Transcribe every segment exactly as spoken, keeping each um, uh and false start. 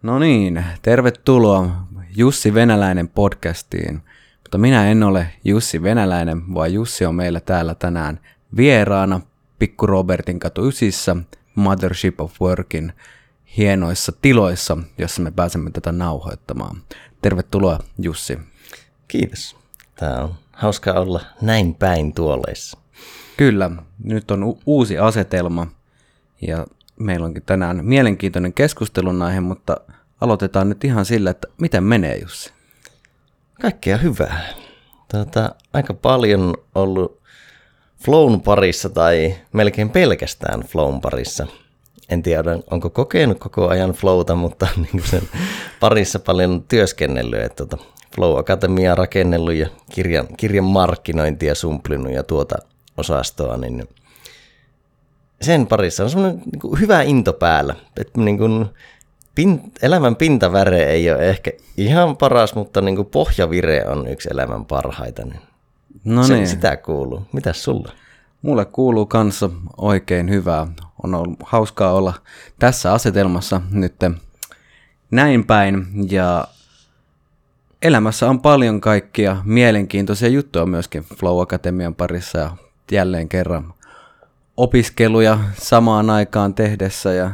No niin, tervetuloa Jussi Venäläinen podcastiin. Mutta minä en ole Jussi Venäläinen, vaan Jussi on meillä täällä tänään vieraana Pikku Robertin katu ysissä Mothership of Workin hienoissa tiloissa, jossa me pääsemme tätä nauhoittamaan. Tervetuloa Jussi. Kiitos. Tämä on hauska olla näin päin tuoleissa. Kyllä, nyt on u- uusi asetelma ja meillä onkin tänään mielenkiintoinen keskustelun aihe, mutta aloitetaan nyt ihan sillä, että miten menee Jussi? Kaikkea hyvää. Tuota, aika paljon ollut flown parissa tai melkein pelkästään flown parissa. En tiedä, onko kokenut koko ajan flowta, mutta niin sen parissa paljon työskennellyt. Että tuota, Flow Akatemiaa rakennellut ja kirjan, kirjan markkinointia sumplinut ja tuota osastoa, niin sen parissa on semmoinen niin kuin hyvä into päällä. Että niin kuin pin, elämän pintaväre ei ole ehkä ihan paras, mutta niin kuin pohjavire on yksi elämän parhaita. Niin no se, niin. Sitä kuuluu. Mitäs sulla? Mulle kuuluu kanssa oikein hyvää. On ollut hauskaa olla tässä asetelmassa nyt näin päin. Ja elämässä on paljon kaikkia mielenkiintoisia juttuja myöskin Flow Akatemian parissa ja jälleen kerran opiskeluja samaan aikaan tehdessä ja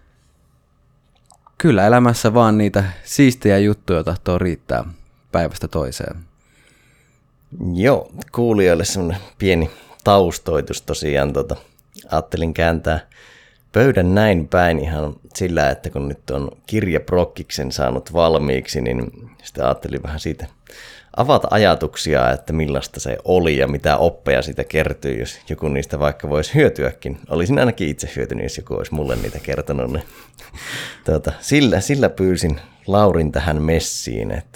kyllä elämässä vaan niitä siistejä juttuja tahtoo riittää päivästä toiseen. Joo, kuulijoille semmoinen pieni taustoitus tosiaan. Tota, ajattelin kääntää pöydän näin päin ihan sillä, että kun nyt on kirjaprokkiksen saanut valmiiksi, niin sitten ajattelin vähän siitä avata ajatuksia, että millaista se oli ja mitä oppeja siitä kertyy, jos joku niistä vaikka voisi hyötyäkin. Olisin ainakin itse hyötynyt, jos joku olisi mulle niitä kertonut. Niin, tuota, sillä, sillä pyysin Laurin tähän messiin, että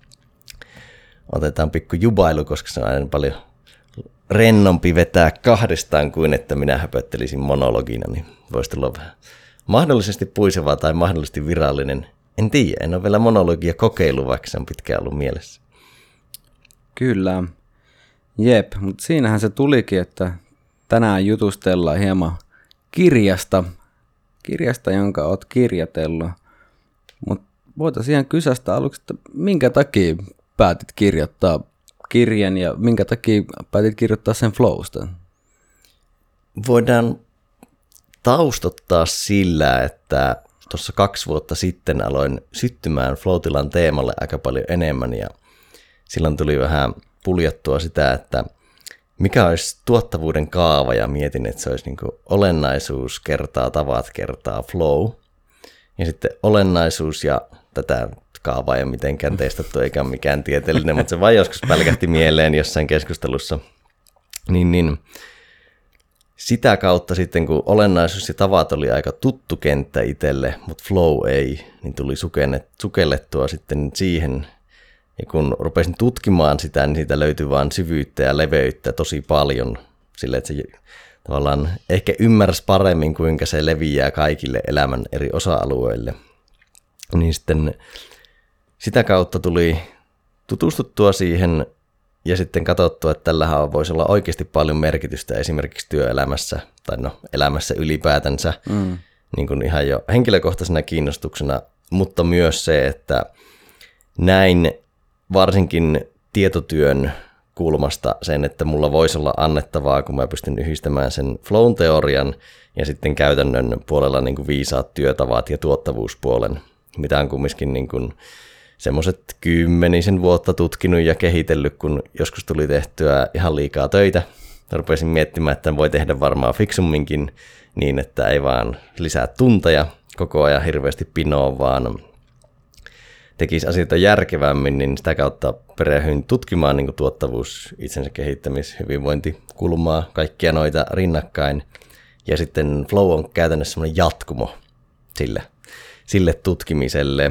otetaan pikku jubailu, koska se on aina paljon rennompi vetää kahdestaan kuin että minä höpöttelisin monologina, niin voisi tulla vähän mahdollisesti puiseva tai mahdollisesti virallinen. En tiedä, en ole vielä monologia kokeillut, vaikka se on pitkään ollut mielessä. Kyllä, jep, mutta siinähän se tulikin, että tänään jutustellaan hieman kirjasta, kirjasta, jonka oot kirjoitellut. Mutta voitaisiin ihan kysästä aluksi, että minkä takia päätit kirjoittaa kirjan ja minkä takia päätit kirjoittaa sen Flowsta? Voidaan taustottaa sillä, että tuossa kaksi vuotta sitten aloin syttymään Flow-tilan teemalle aika paljon enemmän ja silloin tuli vähän puljattua sitä, että mikä olisi tuottavuuden kaava ja mietin, että se olisi niin kuin olennaisuus kertaa tavat kertaa flow ja sitten olennaisuus ja tätä kaavaa ei ole mitenkään testattu eikä ole mikään tieteellinen, mutta se vain joskus pälkähti mieleen jossain keskustelussa. Niin, niin sitä kautta sitten, kun olennaisuus ja tavat oli aika tuttu kenttä itselle, mutta flow ei, niin tuli sukellettua sitten siihen. Ja kun rupesin tutkimaan sitä, niin siitä löytyi vaan syvyyttä ja leveyttä tosi paljon. Sille, että se tavallaan ehkä ymmärsi paremmin, kuinka se leviää kaikille elämän eri osa-alueille. Niin sitten sitä kautta tuli tutustuttua siihen ja sitten katsottua, että tällähän voisi olla oikeasti paljon merkitystä esimerkiksi työelämässä tai no elämässä ylipäätänsä mm. niin kuin ihan jo henkilökohtaisena kiinnostuksena, mutta myös se, että näin varsinkin tietotyön kulmasta sen, että mulla voisi olla annettavaa, kun mä pystyn yhdistämään sen flown teorian ja sitten käytännön puolella niin kuin viisaat työtavat ja tuottavuuspuolen, mitä on kumminkin niin kuin semmoiset kymmenisen vuotta tutkinut ja kehitellyt, kun joskus tuli tehtyä ihan liikaa töitä. Rupesin miettimään, että voi tehdä varmaan fiksumminkin niin, että ei vaan lisää tunteja koko ajan hirveästi pinoa, vaan tekisi asioita järkevämmin, niin sitä kautta perehdyin tutkimaan niin kuin tuottavuus, itsensä kehittämis, hyvinvointikulmaa, kaikkia noita rinnakkain. Ja sitten flow on käytännössä semmoinen jatkumo sille, sille tutkimiselle.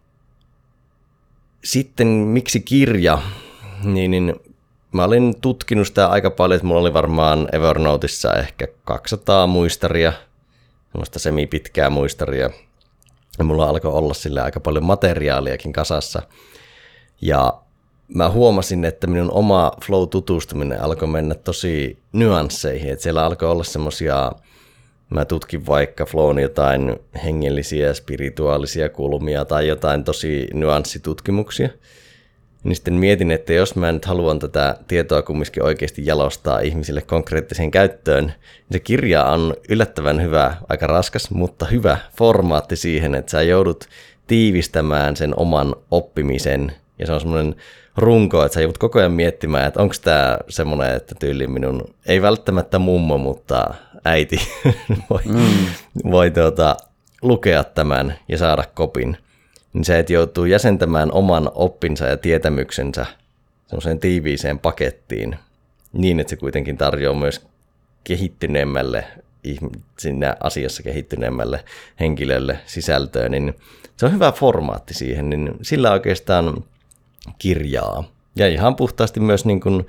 Sitten miksi kirja? Niin, niin mä olin tutkinut sitä aika paljon, että mulla oli varmaan Evernotessa ehkä kaksisataa muistaria, semmoista semipitkää muistaria. Ja mulla alkoi olla sille aika paljon materiaaliakin kasassa. Ja mä huomasin, että minun oma flow-tutustuminen alkoi mennä tosi nyansseihin. Että siellä alkoi olla semmoisia mä tutkin vaikka flown jotain hengellisiä, spirituaalisia kulmia tai jotain tosi nyanssitutkimuksia, niin sitten mietin, että jos mä nyt haluan tätä tietoa kumminkin oikeasti jalostaa ihmisille konkreettiseen käyttöön, niin se kirja on yllättävän hyvä, aika raskas, mutta hyvä formaatti siihen, että sä joudut tiivistämään sen oman oppimisen, ja se on semmoinen runko, että sä joudut koko ajan miettimään, että onko tämä semmoinen, että tyyli minun, ei välttämättä mummo, mutta äiti voi, mm. voi tuota, lukea tämän ja saada kopin. Niin se, että joutuu jäsentämään oman oppinsa ja tietämyksensä semmoiseen tiiviiseen pakettiin, niin että se kuitenkin tarjoaa myös kehittyneemmälle, siinä asiassa kehittyneemmälle henkilölle sisältöä, niin se on hyvä formaatti siihen, niin sillä oikeastaan kirjaa. Ja ihan puhtaasti myös niin kuin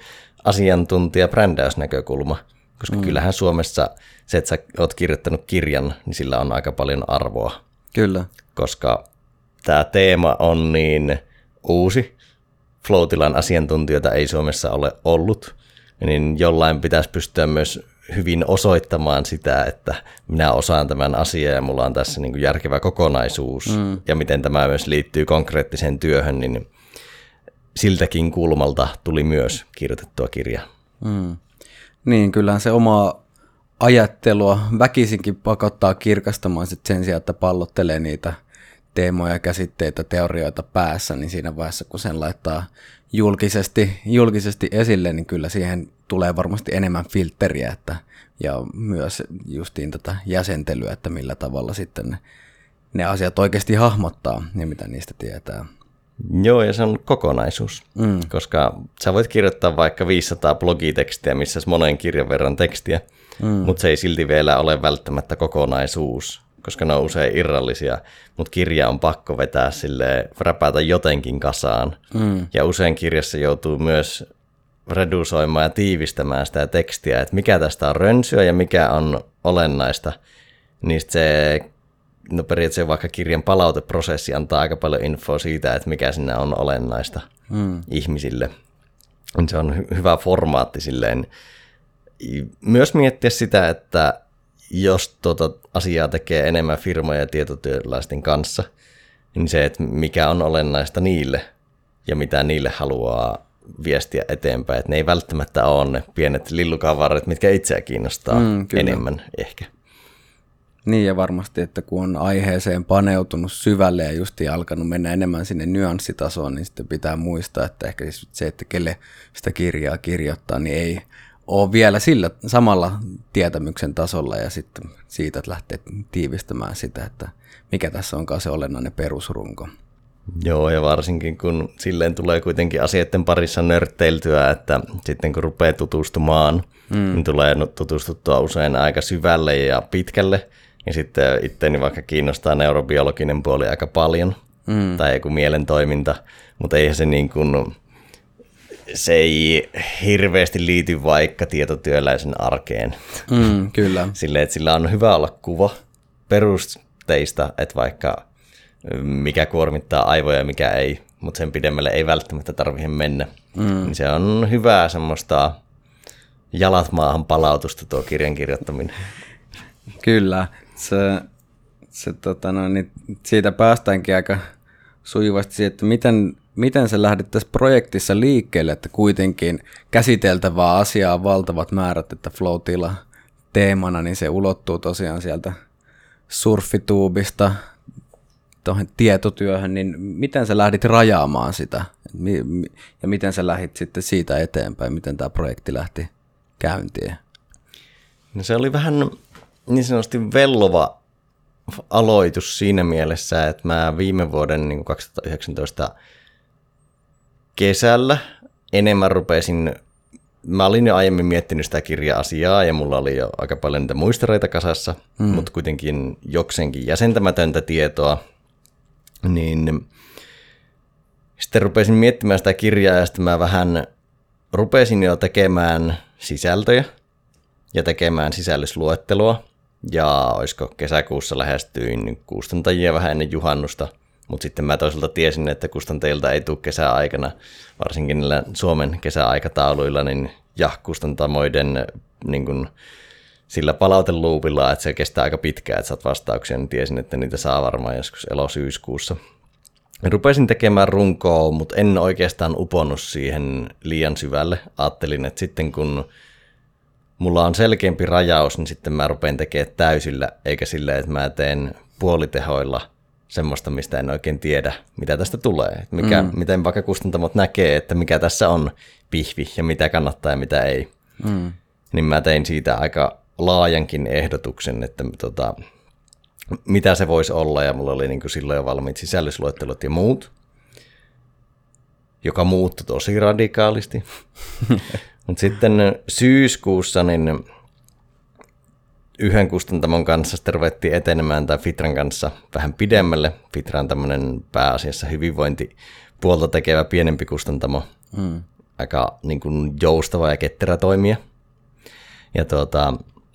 asiantuntija-brändäysnäkökulma, koska mm. kyllähän Suomessa se, että sä oot kirjoittanut kirjan, niin sillä on aika paljon arvoa. Kyllä. Koska tämä teema on niin uusi, Flow-tilan asiantuntijoita ei Suomessa ole ollut, niin jollain pitäisi pystyä myös hyvin osoittamaan sitä, että minä osaan tämän asian ja mulla on tässä niin kuin järkevä kokonaisuus mm. ja miten tämä myös liittyy konkreettiseen työhön, niin siltäkin kulmalta tuli myös kirjoitettua kirjaa. Mm. Niin, kyllähän se oma ajattelua väkisinkin pakottaa kirkastamaan sit sen sijaan, että pallottelee niitä teemoja, käsitteitä, teorioita päässä, niin siinä vaiheessa, kun sen laittaa julkisesti, julkisesti esille, niin kyllä siihen tulee varmasti enemmän filtteriä että, ja myös justiin tätä jäsentelyä, että millä tavalla sitten ne, ne asiat oikeasti hahmottaa ja mitä niistä tietää. Joo, ja se on kokonaisuus, mm. koska sä voit kirjoittaa vaikka viisisataa blogitekstiä, missä on monen kirjan verran tekstiä, mm. mutta se ei silti vielä ole välttämättä kokonaisuus, koska ne on usein irrallisia, mutta kirja on pakko vetää silleen, räpätä jotenkin kasaan. Mm. Ja usein kirjassa joutuu myös redusoimaan ja tiivistämään sitä tekstiä, että mikä tästä on rönsyä ja mikä on olennaista. Niistä se, no periaatteessa vaikka kirjan palauteprosessi antaa aika paljon infoa siitä, että mikä siinä on olennaista mm. ihmisille. Se on hy- hyvä formaatti silleen. Myös miettiä sitä, että jos tuota asiaa tekee enemmän firmoja ja tietotyöläisten kanssa, niin se, että mikä on olennaista niille ja mitä niille haluaa viestiä eteenpäin. Että ne ei välttämättä ole ne pienet lillukavaret, mitkä itseä kiinnostaa mm, enemmän ehkä. Niin ja varmasti, että kun on aiheeseen paneutunut syvälle ja justiin alkanut mennä enemmän sinne nyanssitasoon, niin sitten pitää muistaa, että ehkä se, että kelle sitä kirjaa kirjoittaa, niin ei ole vielä sillä samalla tietämyksen tasolla ja sitten siitä, että lähtee tiivistämään sitä, että mikä tässä onkaan se olennainen perusrunko. Joo, ja varsinkin kun silleen tulee kuitenkin asioiden parissa nörtteiltyä, että sitten kun rupeaa tutustumaan, mm. niin tulee tutustuttua usein aika syvälle ja pitkälle, ja sitten itseäni vaikka kiinnostaa neurobiologinen puoli aika paljon, mm. tai joku mielentoiminta, mutta eihän se niin kuin, se ei hirveästi liity vaikka tietotyöläisen arkeen. Mm, kyllä. Silleen, että sillä on hyvä olla kuva perusteista, että vaikka mikä kuormittaa aivoja ja mikä ei, mutta sen pidemmälle ei välttämättä tarvitse mennä. Mm. Niin se on hyvää semmoista jalat maahan palautusta tuo kirjan kirjoittaminen. Kyllä, se, se, tota no, niin siitä päästäänkin aika sujuvasti siihen, että miten, miten se lähdit tässä projektissa liikkeelle, että kuitenkin käsiteltävää asiaa on valtavat määrät, että flow-tila teemana, niin se ulottuu tosiaan sieltä surfituubista tuohon tietotyöhön, niin miten sä lähdit rajaamaan sitä ja miten sä lähdit sitten siitä eteenpäin, miten tämä projekti lähti käyntiin? No se oli vähän niin sanotusti vellova aloitus siinä mielessä, että mä viime vuoden niin kaksituhattayhdeksäntoista kesällä enemmän rupesin, mä olin jo aiemmin miettinyt sitä kirja-asiaa ja mulla oli jo aika paljon niitä muistereita kasassa, mm. mutta kuitenkin jokseenkin jäsentämätöntä tietoa, niin sitten rupesin miettimään sitä kirjaa ja sitten mä vähän rupesin jo tekemään sisältöjä ja tekemään sisällysluettelua. Ja olisiko kesäkuussa lähestyin kustantajia vähän ennen juhannusta, mutta sitten mä toisaalta tiesin, että kustantajilta ei tule kesäaikana, varsinkin niillä Suomen kesäaikatauluilla, niin ja kustantamoiden niin kun, sillä palauteluupilla, että se kestää aika pitkään, että saat vastauksia, niin tiesin, että niitä saa varmaan joskus elo-syyskuussa. Rupesin tekemään runkoa, mutta en oikeastaan uponnut siihen liian syvälle. Ajattelin, että sitten kun mulla on selkeämpi rajaus, niin sitten mä rupean tekemään täysillä, eikä silleen, että mä teen puolitehoilla semmoista, mistä en oikein tiedä, mitä tästä tulee. Mikä, mm. Miten vaikka kustantamot näkee, että mikä tässä on pihvi ja mitä kannattaa ja mitä ei. Mm. Niin mä tein siitä aika laajankin ehdotuksen, että tota, mitä se voisi olla, ja mulla oli niin kuin silloin jo valmiit sisällysluettelot ja muut, joka muuttui tosi radikaalisti. Mutta sitten syyskuussa niin yhden kustantamon kanssa sitten ruvettiin etenemään tai Fitran kanssa vähän pidemmälle. Fitra on tämmöinen pääasiassa hyvinvointipuolta tekevä pienempi kustantamo, mm. aika niin kuin joustava ja ketterä toimija. Ja tuota,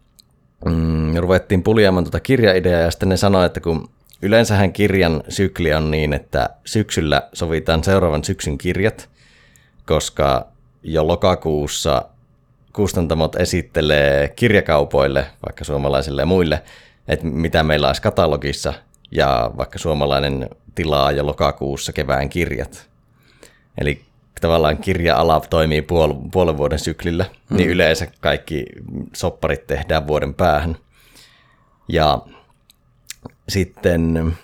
mm, ruvettiin puljaamaan tuota kirjaideaa, ja sitten ne sanoi, että kun yleensähän kirjan sykli on niin, että syksyllä sovitaan seuraavan syksyn kirjat, koska jo lokakuussa kustantamot esittelee kirjakaupoille, vaikka suomalaisille ja muille, että mitä meillä olisi katalogissa, ja vaikka suomalainen tilaa jo lokakuussa kevään kirjat. Eli tavallaan kirja-ala toimii puol- puolen vuoden syklillä, hmm. niin yleensä kaikki sopparit tehdään vuoden päähän. Ja sitten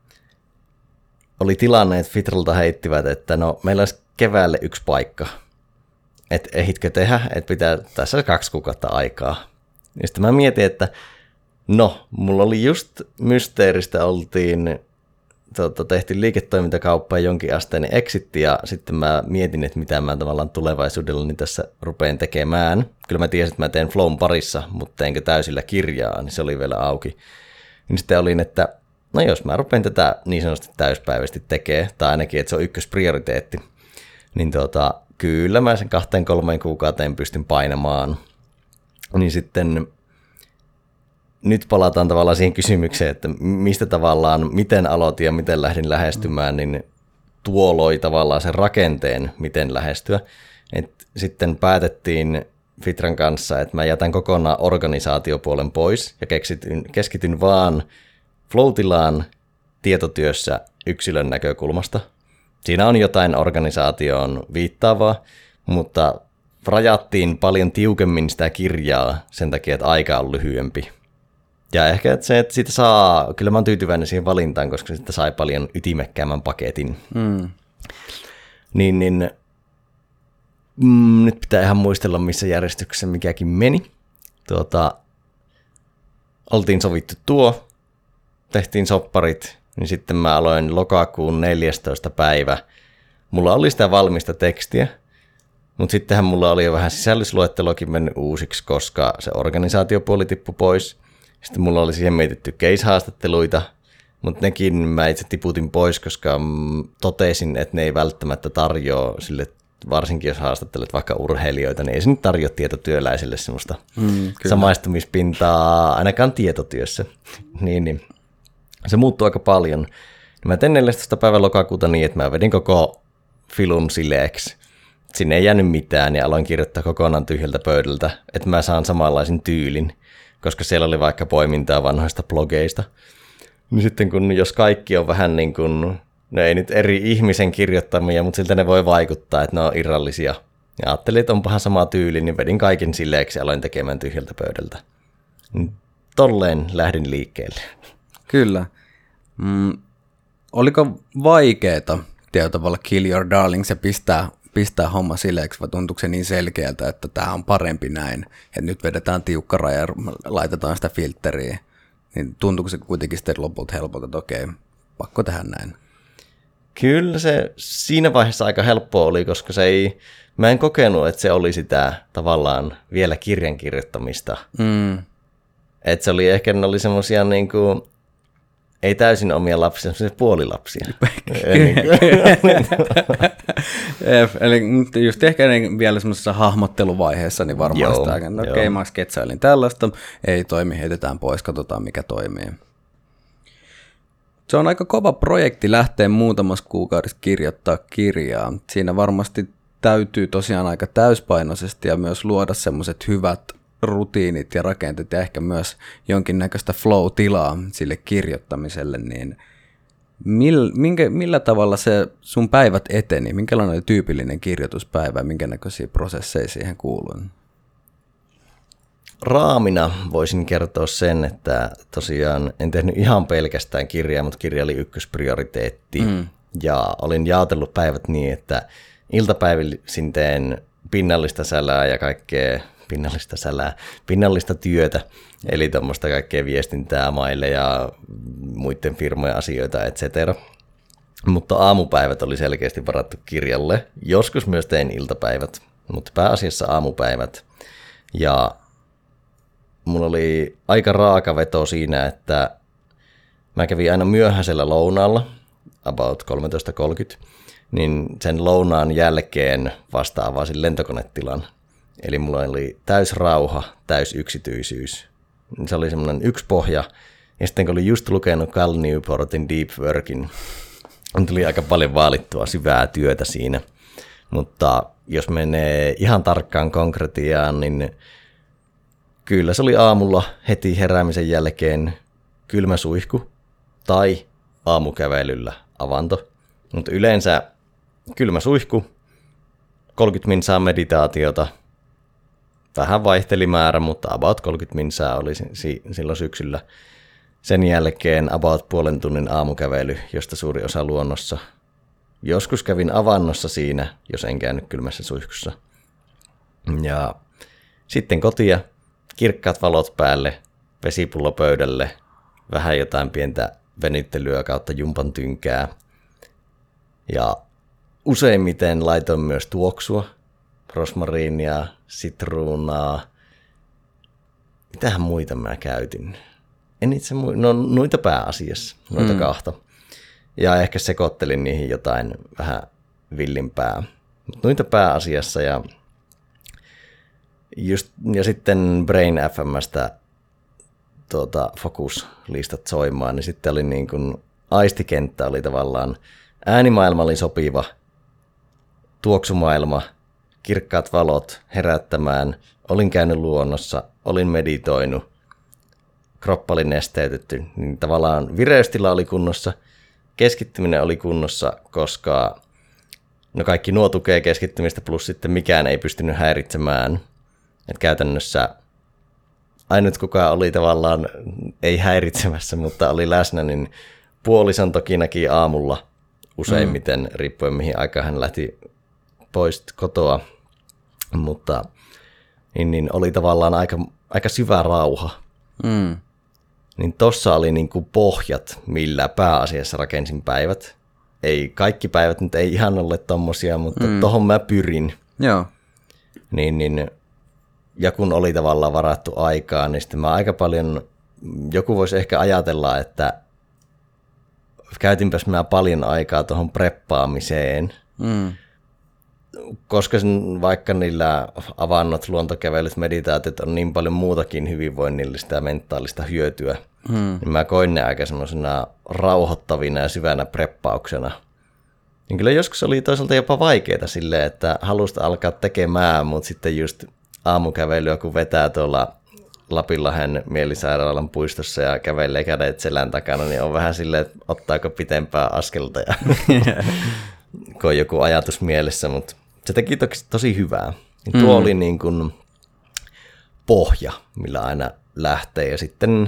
oli tilanne, että Fitralta heittivät, että no meillä olisi keväälle yksi paikka. Että ehitkö tehdä, että pitää tässä kaksi kuukautta aikaa. Ja sitten mä mietin, että no, mulla oli just Mysteeristä oltiin, tota, tehtiin liiketoimintakauppaa jonkin asteinen exitti, ja sitten mä mietin, että mitä mä tavallaan tulevaisuudella niin tässä rupean tekemään. Kyllä mä tiesin, että mä teen Flown parissa, mutta teinkö täysillä kirjaa, niin se oli vielä auki. Niin sitten olin, että no jos mä rupean tätä niin sanotusti täyspäiväisesti tekemään, tai ainakin, että se on ykkösprioriteetti, niin tota, kyllä mä sen kahteen kolmeen kuukauteen pystyn painamaan. Niin sitten nyt palataan tavallaan siihen kysymykseen, että mistä tavallaan, miten aloitin ja miten lähdin lähestymään, niin tuo loi tavallaan sen rakenteen, miten lähestyä. Et sitten päätettiin Fitran kanssa, että mä jätän kokonaan organisaatiopuolen pois ja keskityn, keskityn vaan Flow-tilaan tietotyössä yksilön näkökulmasta. Siinä on jotain organisaatioon viittaavaa, mutta rajattiin paljon tiukemmin sitä kirjaa sen takia, että aika on lyhyempi. Ja ehkä että se, että siitä saa, kyllä mä oon tyytyväinen siihen valintaan, koska siitä sai paljon ytimekkäämmän paketin. Mm. Niin, niin mm, nyt pitää ihan muistella, missä järjestyksessä mikäkin meni. Tuota, oltiin sovittu tuo, tehtiin sopparit, niin sitten mä aloin lokakuun neljästoista päivä. Mulla oli sitä valmista tekstiä, mutta sittenhän mulla oli jo vähän sisällysluettelokin mennyt uusiksi, koska se organisaatiopuoli tippui pois. Sitten mulla oli siihen mietitty case-haastatteluita, mutta nekin mä itse tiputin pois, koska totesin, että ne ei välttämättä tarjoa sille, varsinkin jos haastattelet vaikka urheilijoita, niin ei se nyt tarjoa tietotyöläisille semmoista mm, samaistumispintaa, ainakaan tietotyössä. niin, niin. Se muuttuu aika paljon. Mä tein neljästoista päivä lokakuuta niin, että mä vedin koko filun sileeksi. Sinne ei jäänyt mitään ja aloin kirjoittaa kokonaan tyhjältä pöydältä, että mä saan samanlaisen tyylin, koska siellä oli vaikka poimintaa vanhoista blogeista. Niin sitten kun jos kaikki on vähän niin kuin, ne ei nyt eri ihmisen kirjoittamia, mutta siltä ne voi vaikuttaa, että ne on irrallisia. Ja ajattelin, että onpahan sama tyyli, niin vedin kaiken sileeksi ja aloin tekemään tyhjältä pöydältä. Tolleen lähdin liikkeelle. Kyllä. Mm, oliko vaikeeta tietyllä tavalla kill your darlings ja pistää, pistää homma sileeksi, vai tuntuuko se niin selkeältä, että tämä on parempi näin, että nyt vedetään tiukka raja ja laitetaan sitä filtteriä, niin tuntuuko se kuitenkin sitten lopulta helpolta, että okei, pakko tehdä näin? Kyllä se siinä vaiheessa aika helppoa oli, koska se ei, mä en kokenut, että se oli sitä tavallaan vielä kirjan kirjoittamista. Mm. Että se oli ehkä, ne oli semmosia niinku, ei täysin omia lapsia, semmoisia puolilapsia. Eli just ehkä vielä semmoisessa hahmotteluvaiheessa, niin varmaan sitä, että okei, okay, mä sketsailin tällaista, ei toimi, heitetään pois, katsotaan mikä toimii. Se on aika kova projekti lähteä muutamassa kuukaudessa kirjoittaa kirjaa. Siinä varmasti täytyy tosiaan aika täyspainoisesti ja myös luoda semmoiset hyvät rutiinit ja rakenteet ja ehkä myös jonkinnäköistä flow-tilaa sille kirjoittamiselle, niin Mill, minkä, millä tavalla se sun päivät eteni? Minkälainen oli tyypillinen kirjoituspäivä ja minkä näköisiä prosesseja siihen kuuluu? Raamina voisin kertoa sen, että tosiaan en tehnyt ihan pelkästään kirjaa, mutta kirja oli ykkösprioriteetti. Mm. Ja olin jaotellut päivät niin, että iltapäivisin teen pinnallista sälää ja kaikkea pinnallista sälää, pinnallista työtä, eli tuommoista kaikkea viestintää maille ja muiden firmojen asioita, et cetera. Mutta aamupäivät oli selkeästi varattu kirjalle. Joskus myös tein iltapäivät, mutta pääasiassa aamupäivät. Ja mulla oli aika raaka veto siinä, että mä kävin aina myöhäisellä lounaalla, about kolmetoista kolmekymmentä, niin sen lounaan jälkeen vasta avasin lentokonetilan. Eli mulla oli täys rauha, täys yksityisyys. Se oli semmoinen yksi pohja. Ja sitten kun olin just lukenut Cal Newportin Deep Workin, tuli aika paljon vaalittua syvää työtä siinä. Mutta jos menee ihan tarkkaan konkretiaan, niin kyllä se oli aamulla heti heräämisen jälkeen kylmä suihku tai aamukävelyllä avanto. Mutta yleensä kylmä suihku, kolmekymmentä minsaa meditaatiota, vähän vaihteli määrä, mutta about kolmekymmentä minsaa oli silloin syksyllä. Sen jälkeen about puolen tunnin aamukävely, josta suuri osa luonnossa. Joskus kävin avannossa siinä, jos en käynyt kylmässä suihkussa. Ja sitten kotia, kirkkaat valot päälle, vesipullo pöydälle, vähän jotain pientä venyttelyä kautta jumpan tynkää. Ja useimmiten laitoin myös tuoksua, rosmariinia, sitruunaa. Mitähän muita mä käytin? En itse mu- no noita pääasiassa, noita mm. kahta. Ja ehkä sekoittelin niihin jotain vähän villimpää. Mut noita pääasiassa ja, just, ja sitten Brain F M:stä tuota, fokuslistat soimaan, niin sitten oli niin kuin aistikenttä oli tavallaan, äänimaailma oli sopiva, tuoksumaailma, kirkkaat valot herättämään, olin käynyt luonnossa, olin meditoinut, kroppa oli nesteytetty, niin tavallaan vireystila oli kunnossa, keskittyminen oli kunnossa, koska no kaikki nuo tukee keskittymistä, plus sitten mikään ei pystynyt häiritsemään. Et käytännössä ainut kuka oli tavallaan, ei häiritsemässä, mutta oli läsnä, niin puolison toki näki aamulla useimmiten, mm. riippuen mihin aikaan hän lähti pois kotoa, mutta niin, niin oli tavallaan aika, aika syvä rauha. Mm. Niin tossa oli niinku pohjat, millä pääasiassa rakensin päivät. Ei kaikki päivät nyt ei ihan ole tommosia, mutta mm. tohon mä pyrin. Joo. Niin, niin, ja kun oli tavallaan varattu aikaa, niin sitten mä aika paljon, joku voisi ehkä ajatella, että käytinpäs mä paljon aikaa tuohon preppaamiseen. Mm. Koska sen, vaikka niillä avannot, luontokävelyt, meditaatiot on niin paljon muutakin hyvinvoinnillista ja mentaalista hyötyä, hmm. niin mä koin ne aika semmoisena rauhoittavina ja syvänä preppauksena. Niin kyllä joskus oli toisaalta jopa vaikeaa silleen, että halusta alkaa tekemään, mutta sitten just aamukävelyä, kun vetää tuolla Lapinlahden mielisairaalan puistossa ja kävelee kädet selän takana, niin on vähän silleen, että ottaako pitempää askelta ja kun on joku ajatus mielessä, mutta se teki toki tosi hyvää. Niin tuo mm. oli niin kuin pohja, millä aina lähtee. Ja sitten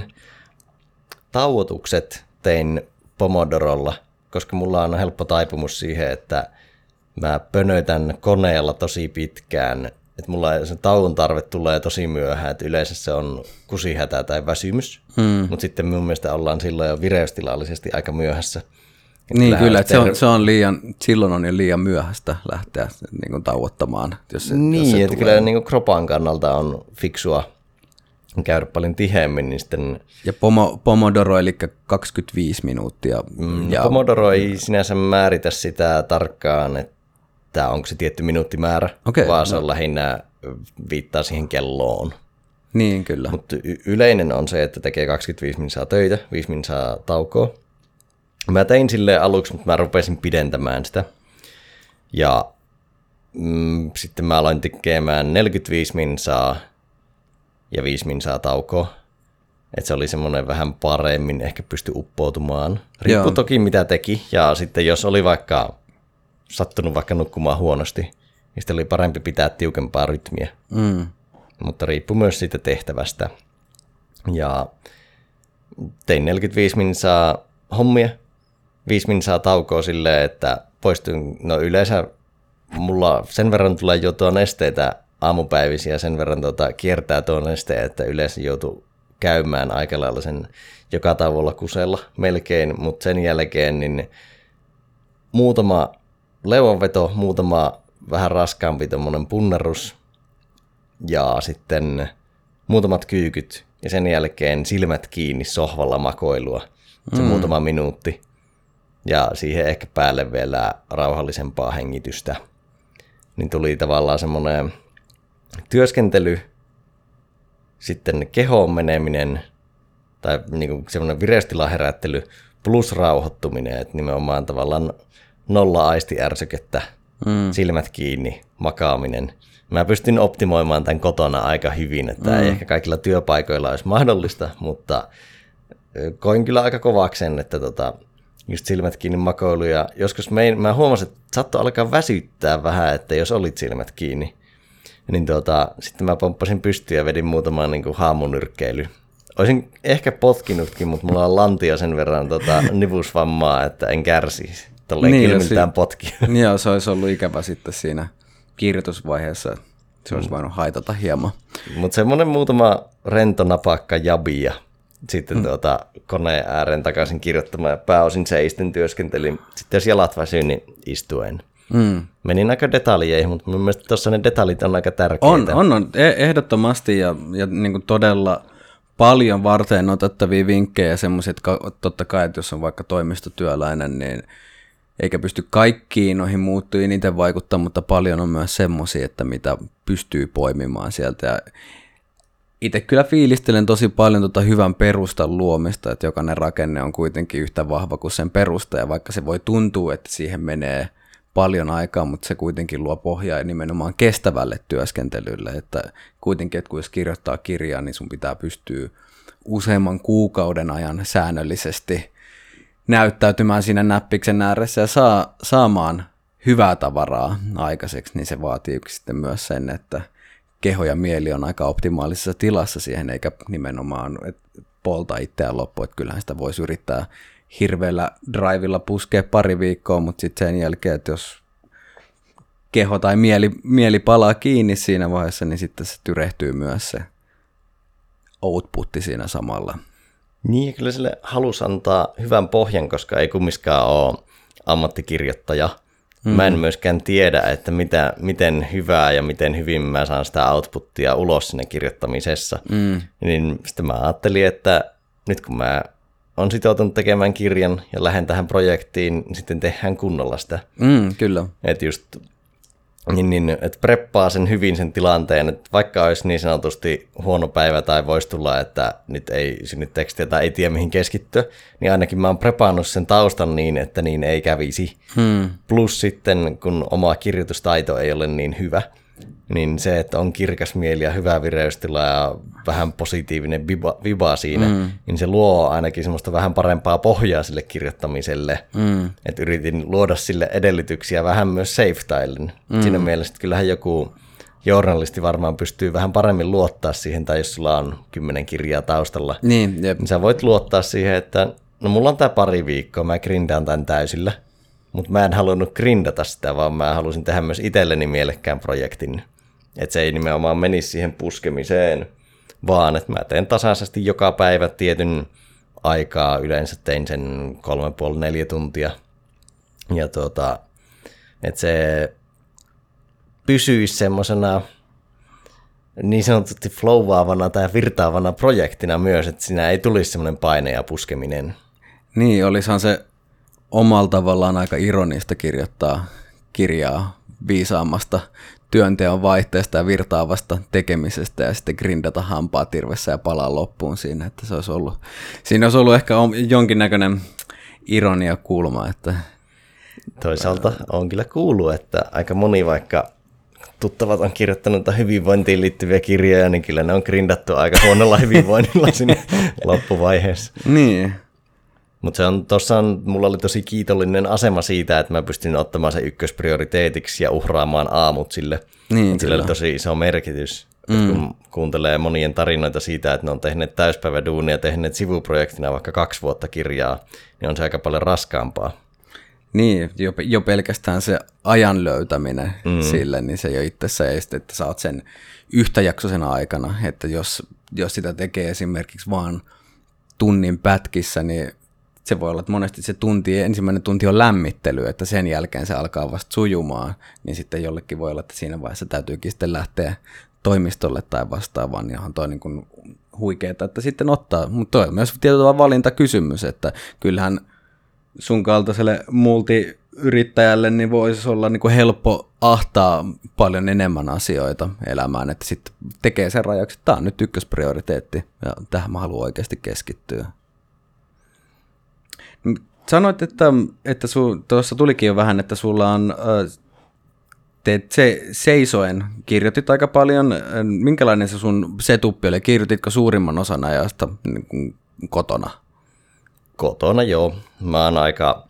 tauotukset tein Pomodorolla, koska mulla on helppo taipumus siihen, että mä pönöitän koneella tosi pitkään. Että mulla se tauon tarve tulee tosi myöhään, että yleensä se on kusihätä tai väsymys. Mm. Mutta sitten mun mielestä ollaan silloin jo vireystilallisesti aika myöhässä. Niin kyllä, että se on, se on liian, silloin on jo liian myöhäistä lähteä niin kuin tauottamaan. Jos se, niin, jos se että kyllä niin kuin kropan kannalta on fiksua käydä paljon tiheämmin. Niin sitten ja pomo, Pomodoro, eli kaksikymmentäviisi minuuttia. Mm, ja Pomodoro ei sinänsä määritä sitä tarkkaan, että onko se tietty minuuttimäärä, okay, vaan se on no. lähinnä viittaa siihen kelloon. Niin, kyllä. Mutta y- yleinen on se, että tekee kaksikymmentäviisi minuuttia töitä, viisi minuuttia taukoa. Mä tein silleen aluksi, mutta mä rupesin pidentämään sitä. Ja mm, sitten mä aloin tekemään neljäkymmentäviisi minsaa ja viisi minsaa taukoa. Että se oli semmoinen vähän paremmin ehkä pysty uppoutumaan. Riippuu toki mitä teki. Ja sitten jos oli vaikka sattunut vaikka nukkumaan huonosti, niin sitten oli parempi pitää tiukempaa rytmiä. Mm. Mutta riippuu myös siitä tehtävästä. Ja tein neljäkymmentäviisi minsaa hommia, viisi minsaa taukoa silleen, että poistuin, no yleensä mulla sen verran tulee juotua nesteitä aamupäivisiä ja sen verran tuota kiertää tuon nesteen, että yleensä joutuu käymään aika lailla sen joka tauolla kusella melkein, mutta sen jälkeen niin muutama leuanveto, muutama vähän raskaampi tommonen punnerus ja sitten muutamat kyykyt ja sen jälkeen silmät kiinni sohvalla makoilua, se mm. muutama minuutti ja siihen ehkä päälle vielä rauhallisempaa hengitystä. Niin tuli tavallaan semmoinen työskentely, sitten kehoon meneminen tai niinku semmoinen vireystilan herättely plus rauhoittuminen, että nimenomaan tavallaan nolla aistiärsykettä, mm. silmät kiinni, makaaminen. Mä pystyn optimoimaan tämän kotona aika hyvin, että mm. ei ehkä kaikilla työpaikoilla olisi mahdollista, mutta koin kyllä aika kovaksi sen, että tota, just silmät kiinni makoilu ja joskus mein, mä huomasin, että saattoi alkaa väsyttää vähän, että jos olit silmät kiinni, niin tuota, sitten mä pomppasin pystyyn ja vedin muutaman niin kuin haamunyrkkeily. Olisin ehkä potkinutkin, mutta mulla on lantia sen verran tota, nivusvammaa, että en kärsisi. Tolleen niin, kylmiltään si- potki. Joo, se olisi ollut ikävä sitten siinä kirjoitusvaiheessa. Se olisi voinut haitata hieman. Mutta semmoinen muutama rento napakka jabi ja sitten mm. tuota, koneen ääreen takaisin kirjoittamaan ja pääosin seisten työskentelin. Sitten jos jalat väsyy, niin istuen. Mm. Menin aika detaljeihin, mutta mun mielestä tuossa ne detaljit on aika tärkeitä. On, on, on ehdottomasti ja, ja niin kuin todella paljon varten otettavia vinkkejä, semmoisia, että totta kai, että jos on vaikka toimistotyöläinen, niin eikä pysty kaikkiin noihin muuttujiin itse vaikuttaa, mutta paljon on myös semmoisia, että mitä pystyy poimimaan sieltä. Ja itse kyllä fiilistelen tosi paljon tuota hyvän perustan luomista, että jokainen rakenne on kuitenkin yhtä vahva kuin sen perusta, ja vaikka se voi tuntua, että siihen menee paljon aikaa, mutta se kuitenkin luo pohjaa nimenomaan kestävälle työskentelylle, että kuitenkin, että kun jos kirjoittaa kirjaa, niin sun pitää pystyä useamman kuukauden ajan säännöllisesti näyttäytymään siinä näppiksen ääressä ja saa, saamaan hyvää tavaraa aikaiseksi, niin se vaatii sitten myös sen, että keho ja mieli on aika optimaalisessa tilassa siihen, eikä nimenomaan polta itseään loppuun, että kyllähän sitä voisi yrittää hirveällä drivilla puskea pari viikkoa, mutta sitten sen jälkeen, että jos keho tai mieli, mieli palaa kiinni siinä vaiheessa, niin sitten se tyrehtyy myös se outputti siinä samalla. Niin, kyllä sille halusi antaa hyvän pohjan, koska ei kumminkaan ole ammattikirjoittaja. Mm. Mä en myöskään tiedä, että mitä, miten hyvää ja miten hyvin mä saan sitä outputtia ulos sinne kirjoittamisessa. Mm. Niin sitten mä ajattelin, että nyt kun mä on sitoutunut tekemään kirjan ja lähden tähän projektiin, niin sitten tehdään kunnolla sitä. Mm, kyllä. Että just niin, niin, että preppaa sen hyvin sen tilanteen, että vaikka olisi niin sanotusti huono päivä tai voisi tulla, että nyt ei synny tekstiä tai ei tiedä mihin keskittyä, niin ainakin mä oon prepannut sen taustan niin, että niin ei kävisi. Hmm. Plus sitten, kun oma kirjoitustaito ei ole niin hyvä, niin se, että on kirkas mieli ja hyvä vireystila ja vähän positiivinen viba, viba siinä, mm. niin se luo ainakin semmoista vähän parempaa pohjaa sille kirjoittamiselle. Mm. Että yritin luoda sille edellytyksiä vähän myös safestylen. Mm. Siinä mielessä kyllähän joku journalisti varmaan pystyy vähän paremmin luottaa siihen, tai jos sulla on kymmenen kirjaa taustalla, niin, niin sä voit luottaa siihen, että no mulla on tää pari viikkoa, mä grindaan tämän täysillä. Mutta mä en halunnut grindata sitä, vaan mä halusin tehdä myös itselleni mielekkään projektin. Että se ei nimenomaan menisi siihen puskemiseen, vaan että mä teen tasaisesti joka päivä tietyn aikaa. Yleensä tein sen kolme puoli neljä tuntia. Ja tuota, että se pysyisi semmoisena niin sanotusti flowaavana tai virtaavana projektina myös, että siinä ei tulisi semmoinen paine ja puskeminen. Niin, olisihan se omalla tavallaan aika ironista kirjoittaa kirjaa viisaammasta työnteon vaihteesta ja virtaavasta tekemisestä ja sitten grindata hampaa tirvessä ja palaa loppuun siinä, että se olisi ollut, siinä olisi ollut ehkä jonkinnäköinen ironiakulma, että toisaalta on kyllä kuullut, että aika moni vaikka tuttavat on kirjoittanut hyvinvointiin liittyviä kirjoja, niin kyllä ne on grindattu aika huonolla hyvinvoinnilla sinne loppuvaiheessa. Niin. Mutta se on, tossa on, mulla oli tosi kiitollinen asema siitä, että mä pystyn ottamaan sen ykkösprioriteetiksi ja uhraamaan aamut sille. Niin, sillä oli tosi iso merkitys. Mm. Kun kuuntelee monien tarinoita siitä, että ne on tehneet täyspäiväduunia ja tehneet sivuprojektina vaikka kaksi vuotta kirjaa, niin on se aika paljon raskaampaa. Niin, jo, jo pelkästään se ajan löytäminen mm. sille, niin se jo itsessään este, että sä oot sen yhtäjaksoisena aikana, että jos, jos sitä tekee esimerkiksi vaan tunnin pätkissä, niin se voi olla, että monesti se tunti, ensimmäinen tunti on lämmittely, että sen jälkeen se alkaa vasta sujumaan, niin sitten jollekin voi olla, että siinä vaiheessa täytyykin sitten lähteä toimistolle tai vastaavaan, niin onhan toi niin kuin huikeeta, että sitten ottaa, mutta toi on myös tietyllä tavalla valintakysymys, että kyllähän sun kaltaiselle multiyrittäjälle niin voisi olla niin kuin helppo ahtaa paljon enemmän asioita elämään, että sitten tekee sen rajaksi, että tämä on nyt ykkösprioriteetti ja tähän mä haluan oikeasti keskittyä. Sanoit, että, että tuossa tulikin jo vähän, että sulla on, teet se, seisoen, kirjoitit aika paljon. Minkälainen se sun setuppi oli? Kirjoititko suurimman osan ajasta niin kuin kotona? Kotona, joo. Mä oon aika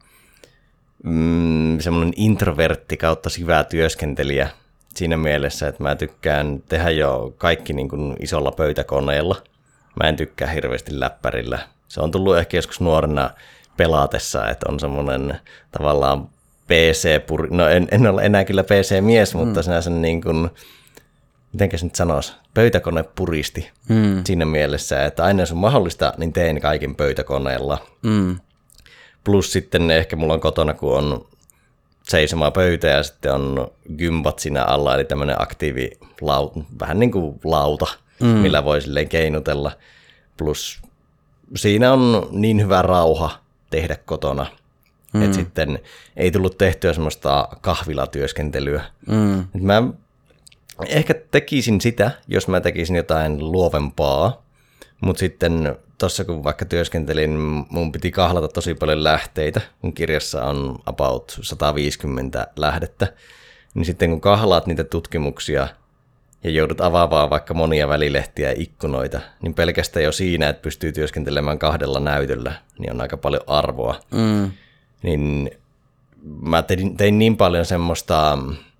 mm, semmoinen introvertti kautta syvä työskentelijä siinä mielessä, että mä tykkään tehdä jo kaikki niin kuin isolla pöytäkoneella. Mä en tykkää hirveästi läppärillä. Se on tullut ehkä joskus nuorena pelatessa, että on semmoinen tavallaan P C-puri, no en, en ole enää kyllä P C-mies, mm. mutta sinä sen niin kuin, mitenkä se nyt sanoisi, pöytäkone puristi mm. siinä mielessä, että aina jos on mahdollista, niin teen kaiken pöytäkoneella. Mm. Plus sitten ehkä mulla on kotona, kun on seisomaa pöytä ja sitten on gympat siinä alla, eli tämmöinen aktiivilauta, vähän niin kuin lauta, mm. millä voi silleen keinutella. Plus siinä on niin hyvä rauha tehdä kotona, mm. että sitten ei tullut tehtyä semmoista kahvilatyöskentelyä. Mm. Mä ehkä tekisin sitä, jos mä tekisin jotain luovempaa, mutta sitten tuossa kun vaikka työskentelin, mun piti kahlata tosi paljon lähteitä, kun kirjassa on about sata viisikymmentä lähdettä, niin sitten kun kahlaat niitä tutkimuksia ja joudut avaamaan vaikka monia välilehtiä ja ikkunoita, niin pelkästään jo siinä, että pystyy työskentelemään kahdella näytöllä, niin on aika paljon arvoa. Mm. Niin mä tein, tein niin paljon semmoista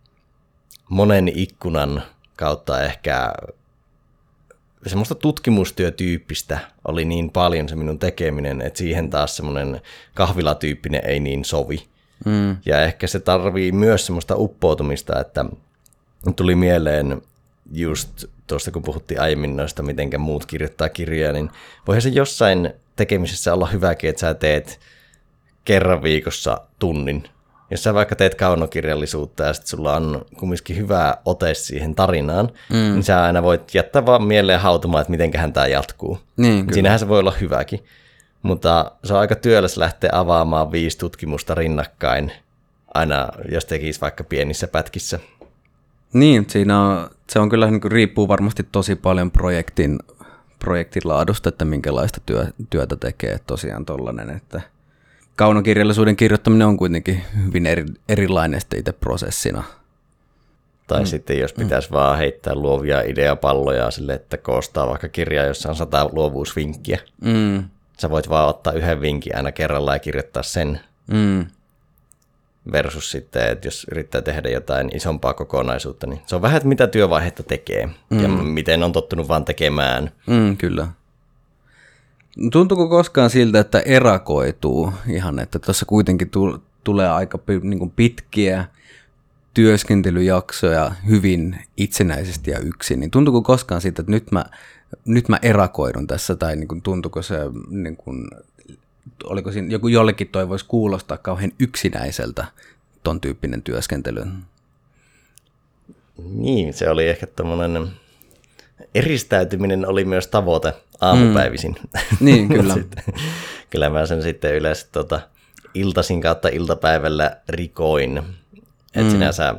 monen ikkunan kautta ehkä semmoista tutkimustyötyyppistä oli niin paljon se minun tekeminen, että siihen taas semmoinen kahvilatyyppinen ei niin sovi. Mm. Ja ehkä se tarvii myös semmoista uppoutumista, että tuli mieleen just tuosta, kun puhuttiin aiemmin noista, mitenkä muut kirjoittaa kirjoja, niin voihan se jossain tekemisessä olla hyväkin, että sä teet kerran viikossa tunnin. Jos sä vaikka teet kaunokirjallisuutta ja sitten sulla on kumminkin hyvä ote siihen tarinaan, mm. niin sä aina voit jättää vaan mieleen hautumaan, että mitenköhän tämä jatkuu. Niin, siinähän se voi olla hyväkin. Mutta se on aika työläs lähteä avaamaan viisi tutkimusta rinnakkain, aina jos tekisi vaikka pienissä pätkissä. Niin, siinä on, se on kyllä niin kuin, riippuu varmasti tosi paljon projektin, projektin laadusta, että minkälaista työ, työtä tekee tosiaan tollainen, että kaunokirjallisuuden kirjoittaminen on kuitenkin hyvin eri, erilainen sitten itse prosessina. Tai mm. sitten jos pitäisi mm. vaan heittää luovia ideapalloja sille, että koostaa vaikka kirjaa, jossa on sata luovuusvinkkiä. Mm. Sä voit vaan ottaa yhden vinkin aina kerrallaan ja kirjoittaa sen. Mm. Versus sitten, että jos yrittää tehdä jotain isompaa kokonaisuutta, niin se on vähän, että mitä työvaihetta tekee mm. ja miten on tottunut vaan tekemään. Mm, kyllä. Tuntuuko koskaan siltä, että erakoituu ihan, että tuossa kuitenkin tu- tulee aika niin kuin pitkiä työskentelyjaksoja hyvin itsenäisesti ja yksin, niin tuntuuko koskaan siltä, että nyt mä, nyt mä erakoidun tässä, tai niin kuin tuntuuko se, niin kuin, oliko siinä, joku jollekin toi voisi kuulostaa kauhean yksinäiseltä ton tyyppinen työskentely? Niin, se oli ehkä tommoinen eristäytyminen oli myös tavoite aamupäivisin. Mm. Niin, kyllä. sitten, kyllä mä sen sitten yleensä tota, iltaisin kautta iltapäivällä rikoin. Että mm. sinänsä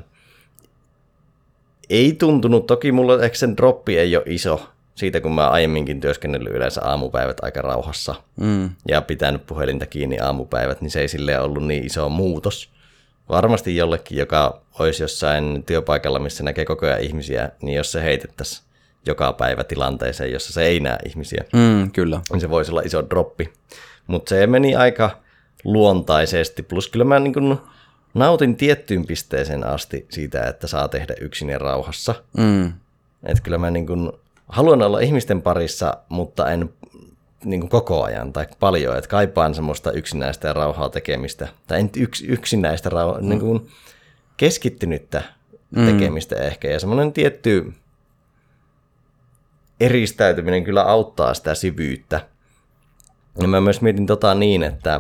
ei tuntunut, toki mulla ehkä sen droppi ei ole iso, siitä kun mä aiemminkin työskennellyt yleensä aamupäivät aika rauhassa mm. ja pitänyt puhelinta kiinni aamupäivät, niin se ei silleen ollut niin iso muutos. varmasti jollekin, joka olisi jossain työpaikalla, missä näkee koko ajan ihmisiä, niin jos se heitettäisiin joka päivä tilanteeseen, jossa se ei näe ihmisiä, mm, kyllä. niin se voisi olla iso droppi. Mutta se meni aika luontaisesti, plus kyllä mä niin kun nautin tiettyyn pisteeseen asti siitä, että saa tehdä yksin ja rauhassa. Mm. Että kyllä mä niin kun haluan olla ihmisten parissa, mutta en niin kuin koko ajan tai paljon, että kaipaan semmoista yksinäistä ja rauhaa tekemistä, tai en yks, yksinäistä rauhaa, mm. niin kuin keskittynyttä mm. tekemistä ehkä, ja semmoinen tietty eristäytyminen kyllä auttaa sitä syvyyttä. Ja mä myös mietin tota niin, että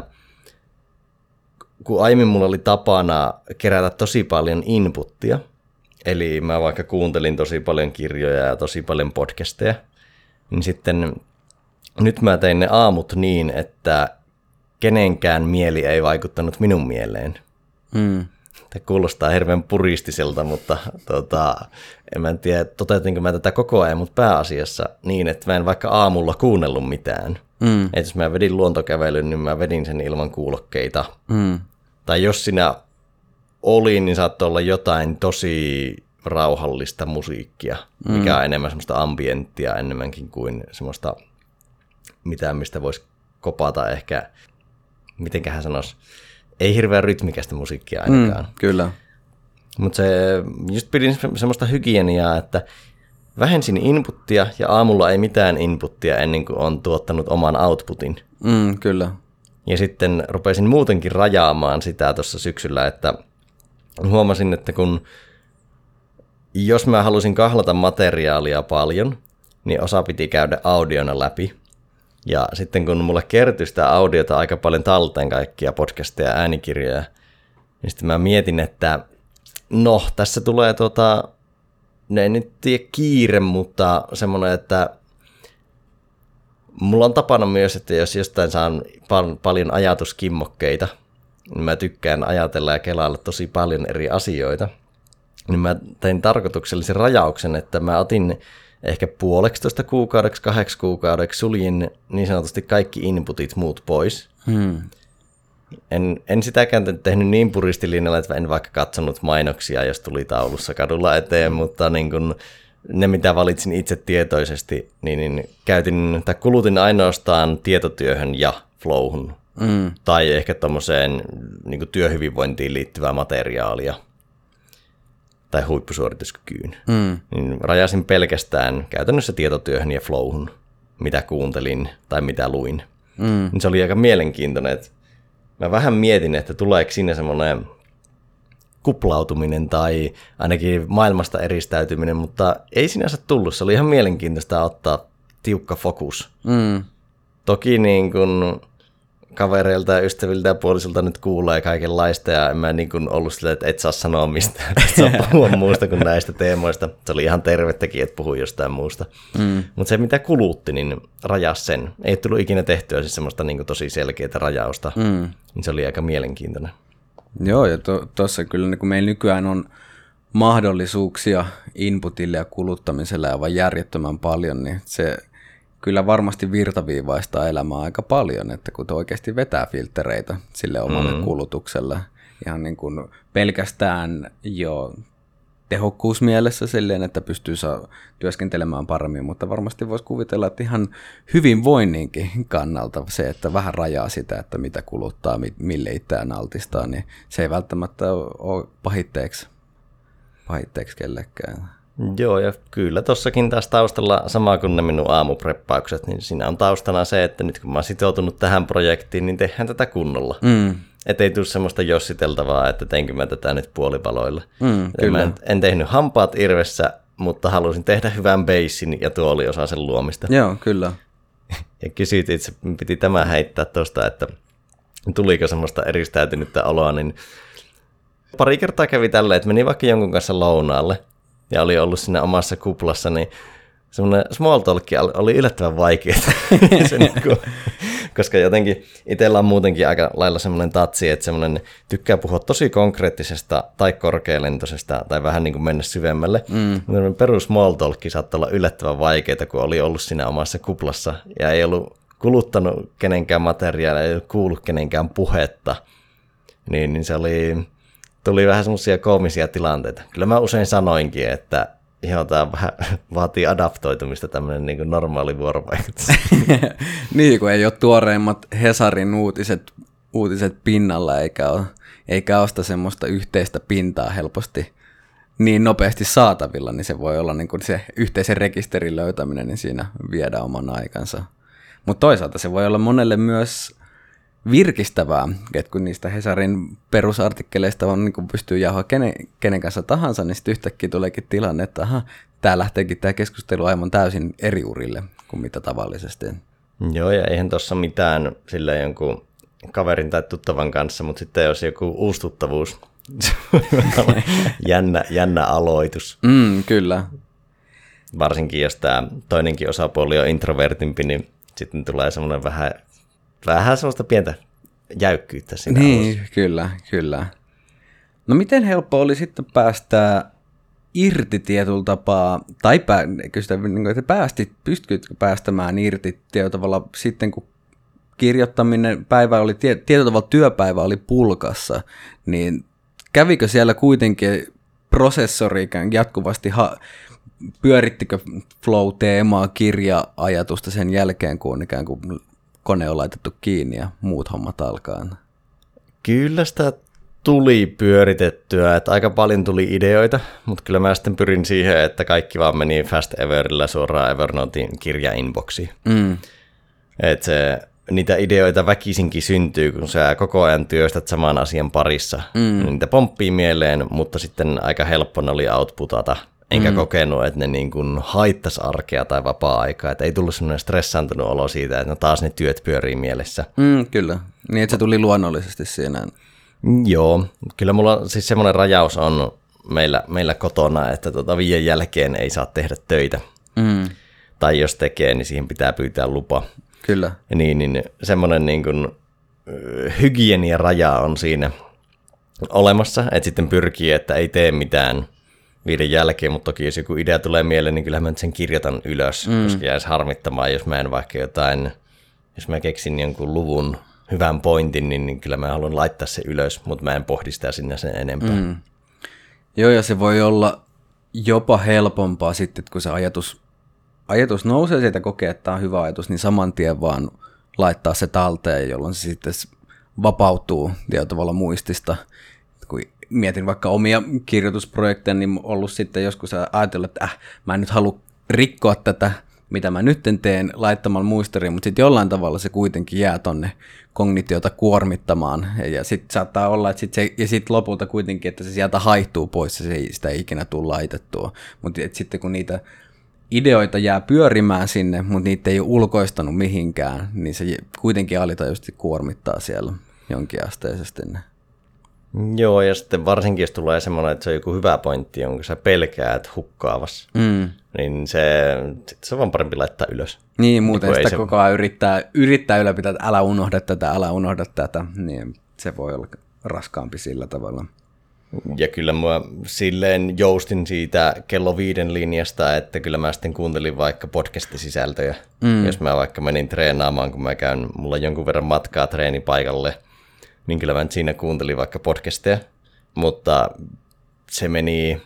kun aiemmin mulla oli tapana kerätä tosi paljon inputtia, eli mä vaikka kuuntelin tosi paljon kirjoja ja tosi paljon podcasteja, niin sitten nyt mä tein ne aamut niin, että kenenkään mieli ei vaikuttanut minun mieleen. Mm. Tämä kuulostaa hirveän puristiselta, mutta tota, en mä tiedä, toteutinko mä tätä koko ajan, mutta pääasiassa niin, että mä en vaikka aamulla kuunnellut mitään. Mm. Että jos mä vedin luontokävelyn, niin mä vedin sen ilman kuulokkeita. Mm. Tai jos siinä oli, niin saattoi olla jotain tosi rauhallista musiikkia, mm. mikä on enemmän semmoista ambienttia enemmänkin kuin semmoista mitään, mistä voisi kopata ehkä, mitenköhän sanoisi, ei hirveän rytmikästä musiikkia ainakaan. Mm, kyllä. Mutta se, just pidin semmoista hygieniaa, että vähensin inputtia ja aamulla ei mitään inputtia ennen kuin on tuottanut oman outputin. Mm, kyllä. Ja sitten rupesin muutenkin rajaamaan sitä tuossa syksyllä, että huomasin, että kun jos mä halusin kahlata materiaalia paljon, niin osa piti käydä audiona läpi. Ja sitten kun mulle kertyi sitä audiota aika paljon talteen kaikkia podcasteja ja äänikirjoja, niin sitten mä mietin, että no, tässä tulee tuota, ne ei nyt tiedä kiire, mutta semmoinen, että mulla on tapana myös, että jos jostain saan pal- paljon ajatuskimmokkeita, niin mä tykkään ajatella ja kelailla tosi paljon eri asioita, niin mä tein tarkoituksellisen rajauksen, että mä otin ehkä puoleksitoista kuukaudeksi, kahdeksi kuukaudeksi suljin niin sanotusti kaikki inputit muut pois. Hmm. En, en sitäkään tehnyt niin puristilinjalla, että en vaikka katsonut mainoksia, jos tuli taulussa kadulla eteen, mutta niin kun ne, mitä valitsin itse tietoisesti, niin, niin käytin tai kulutin ainoastaan tietotyöhön ja flowhun. Hmm. Tai ehkä tommoseen niin kun työhyvinvointiin liittyvää materiaalia. Tai huippusuorituskykyyn. Mm. Niin rajasin pelkästään käytännössä tietotyöhön ja flowhun, mitä kuuntelin tai mitä luin. Mm. Niin se oli aika mielenkiintoinen, että mä vähän mietin, että tuleeko siinä semmoinen kuplautuminen tai ainakin maailmasta eristäytyminen, mutta ei sinänsä tullut. Se oli ihan mielenkiintoista ottaa tiukka fokus. Mm. Toki niin kun kavereilta ja ystäviltä ja puolisilta nyt kuulee kaikenlaista, ja en mä niin kuin ollut silleen, että et saa sanoa mistään, et saa puhua muusta kuin näistä teemoista. Se oli ihan tervettäkin, että puhui jostain muusta. Mm. Mutta se, mitä kulutti, niin rajasi sen. Ei tullut ikinä tehtyä siis semmoista niin kuin tosi selkeää rajausta, mm. niin se oli aika mielenkiintoinen. Joo, ja tuossa to, kyllä niin kuin meillä nykyään on mahdollisuuksia inputille ja kuluttamiselle aivan järjettömän paljon, niin se kyllä varmasti virtaviivaistaa elämää aika paljon, että kun oikeasti vetää filtreitä sille omalle mm. kulutukselle. Ihan niin kuin pelkästään jo tehokkuusmielessä silleen, että pystyy saa työskentelemään paremmin, mutta varmasti voisi kuvitella, että ihan hyvinvoinninkin kannalta se, että vähän rajaa sitä, että mitä kuluttaa, mille itseään altistaa, niin se ei välttämättä ole pahitteeksi, pahitteeksi kellekään. Joo, ja kyllä tossakin taas taustalla, sama kuin ne minun aamupreppaukset, niin siinä on taustana se, että nyt kun mä oon sitoutunut tähän projektiin, niin tehdään tätä kunnolla. Mm. Että ei tule semmoista jossiteltavaa, että teinkö mä tätä nyt puolipaloilla. Mm, mä en, en tehnyt hampaat irvessä, mutta halusin tehdä hyvän beissin, ja tuo oli osa sen luomista. Joo, kyllä. Ja kysyit itse, piti tämä heittää tuosta, että tuliko semmoista eristäytynyttä oloa, niin pari kertaa kävi tälleen, että meni vaikka jonkun kanssa lounaalle, ja oli ollut siinä omassa kuplassa, niin semmoinen small talk oli yllättävän vaikeaa. niinku, koska jotenkin itsellä on muutenkin aika lailla semmoinen tatsi, että semmoinen tykkää puhua tosi konkreettisesta tai korkealentoisesta tai vähän niin kuin mennä syvemmälle. Mm. Perus small talk saattoi olla yllättävän vaikeaa, kun oli ollut siinä omassa kuplassa ja ei ollut kuluttanut kenenkään materiaalia, ei ollut kuullut kenenkään puhetta. Niin, niin se oli tuli vähän semmoisia koomisia tilanteita. Kyllä mä usein sanoinkin, että joo, tämä vähän vaatii adaptoitumista tämmöinen niin kuin normaali vuorovaikutus. Niin, kun ei ole tuoreimmat Hesarin uutiset, uutiset pinnalla, eikä ole, eikä ole sitä semmoista yhteistä pintaa helposti niin nopeasti saatavilla, niin se voi olla niin kuin se yhteisen rekisterin löytäminen, niin siinä viedään oman aikansa. Mutta toisaalta se voi olla monelle myös virkistävää, että kun niistä Hesarin perusartikkeleista on, niin kun pystyy jauhaa kenen, kenen kanssa tahansa, niin sitten yhtäkkiä tuleekin tilanne, että aha, tämä lähteekin tämä keskustelu aivan täysin eri urille kuin mitä tavallisesti. Joo, ja eihän tuossa mitään silleen jonkun kaverin tai tuttavan kanssa, mutta sitten jos joku uusi tuttavuus, jännä, jännä aloitus. Mm, kyllä. Varsinkin jos tämä toinenkin osapuoli on introvertimpi, niin sitten tulee semmoinen vähän, vähän semmoista pientä jäykkyyttä siinä Niin, alussa. kyllä, kyllä. No miten helppo oli sitten päästä irti tietyllä tapaa, tai pää, sitä, että päästit, pystytkö päästämään irti tietyllä tavalla sitten, kun kirjoittaminen päivä oli, tietyllä tavalla työpäivä oli pulkassa, niin kävikö siellä kuitenkin prosessori ikään jatkuvasti, ha- pyörittikö flow-teemaa, kirja-ajatusta sen jälkeen, kun on ikään kuin kone on laitettu kiinni ja muut hommat alkaa? Kyllä sitä tuli pyöritettyä, että aika paljon tuli ideoita, mutta kyllä mä sitten pyrin siihen, että kaikki vaan meni Fast Everillä suoraan Evernotein kirjainboxiin. Mm. Että se, niitä ideoita väkisinkin syntyy, kun sä koko ajan työstät saman asian parissa. Mm. Niitä pomppii mieleen, mutta sitten aika helppo ne oli outputata. Enkä mm. kokenut, että ne niin kuin haittaisi arkea tai vapaa-aikaa. Että ei tullut semmoinen stressaantunut olo siitä, että no taas ne työt pyörii mielessä. Mm, kyllä. Niin, että se tuli luonnollisesti siinä. Joo. Kyllä mulla siis semmoinen rajaus on meillä, meillä kotona, että tota viiden jälkeen ei saa tehdä töitä. Mm. Tai jos tekee, niin siihen pitää pyytää lupa. Kyllä. Niin, niin semmoinen niin kuin hygieniaraja on siinä olemassa, että sitten pyrkii, että ei tee mitään viiden jälkeen, mutta toki jos joku idea tulee mieleen, niin kyllähän mä nyt sen kirjoitan ylös, mm. koska jäisi harmittamaan, jos mä en vaikka jotain, jos mä keksin jonkun luvun hyvän pointin, niin, niin kyllä mä haluan laittaa se ylös, mutta mä en pohdi sitä sinne sen enempää. Mm. Joo, ja se voi olla jopa helpompaa sitten, kun se ajatus, ajatus nousee siitä kokee, että tämä on hyvä ajatus, niin saman tien vaan laittaa se talteen, jolloin se sitten vapautuu tietyllä tavalla muistista. Kun mietin vaikka omia kirjoitusprojekteja, niin ollut sitten joskus ajatellut, että äh, mä en nyt halua rikkoa tätä, mitä mä nyt teen laittamalla muisteriin, mutta sitten jollain tavalla se kuitenkin jää tonne kognitiota kuormittamaan. Ja sitten saattaa olla, että sit se, ja sitten lopulta kuitenkin, että se sieltä haihtuu pois, ja se ei, sitä ei ikinä tule laitettua. Mutta sitten kun niitä ideoita jää pyörimään sinne, mutta niitä ei ole ulkoistanut mihinkään, niin se kuitenkin alitajuisesti kuormittaa siellä jonkinasteisesti. Joo, ja sitten varsinkin, jos tulee semmoinen, että se on joku hyvä pointti, jonka sä pelkäät hukkaavassa, mm. niin se, se on vaan parempi laittaa ylös. Niin, muuten niin sitä se koko ajan yrittää, yrittää ylläpitää, että älä unohda tätä, älä unohda tätä, niin se voi olla raskaampi sillä tavalla. Ja kyllä mä silleen joustin siitä kello viiden linjasta, että kyllä mä sitten kuuntelin vaikka podcast-sisältöjä. Mm. Jos mä vaikka menin treenaamaan, kun mä käyn, mulla on jonkun verran matkaa treenipaikalle, niin kyllä mä nyt siinä kuuntelin vaikka podcasteja, mutta se meni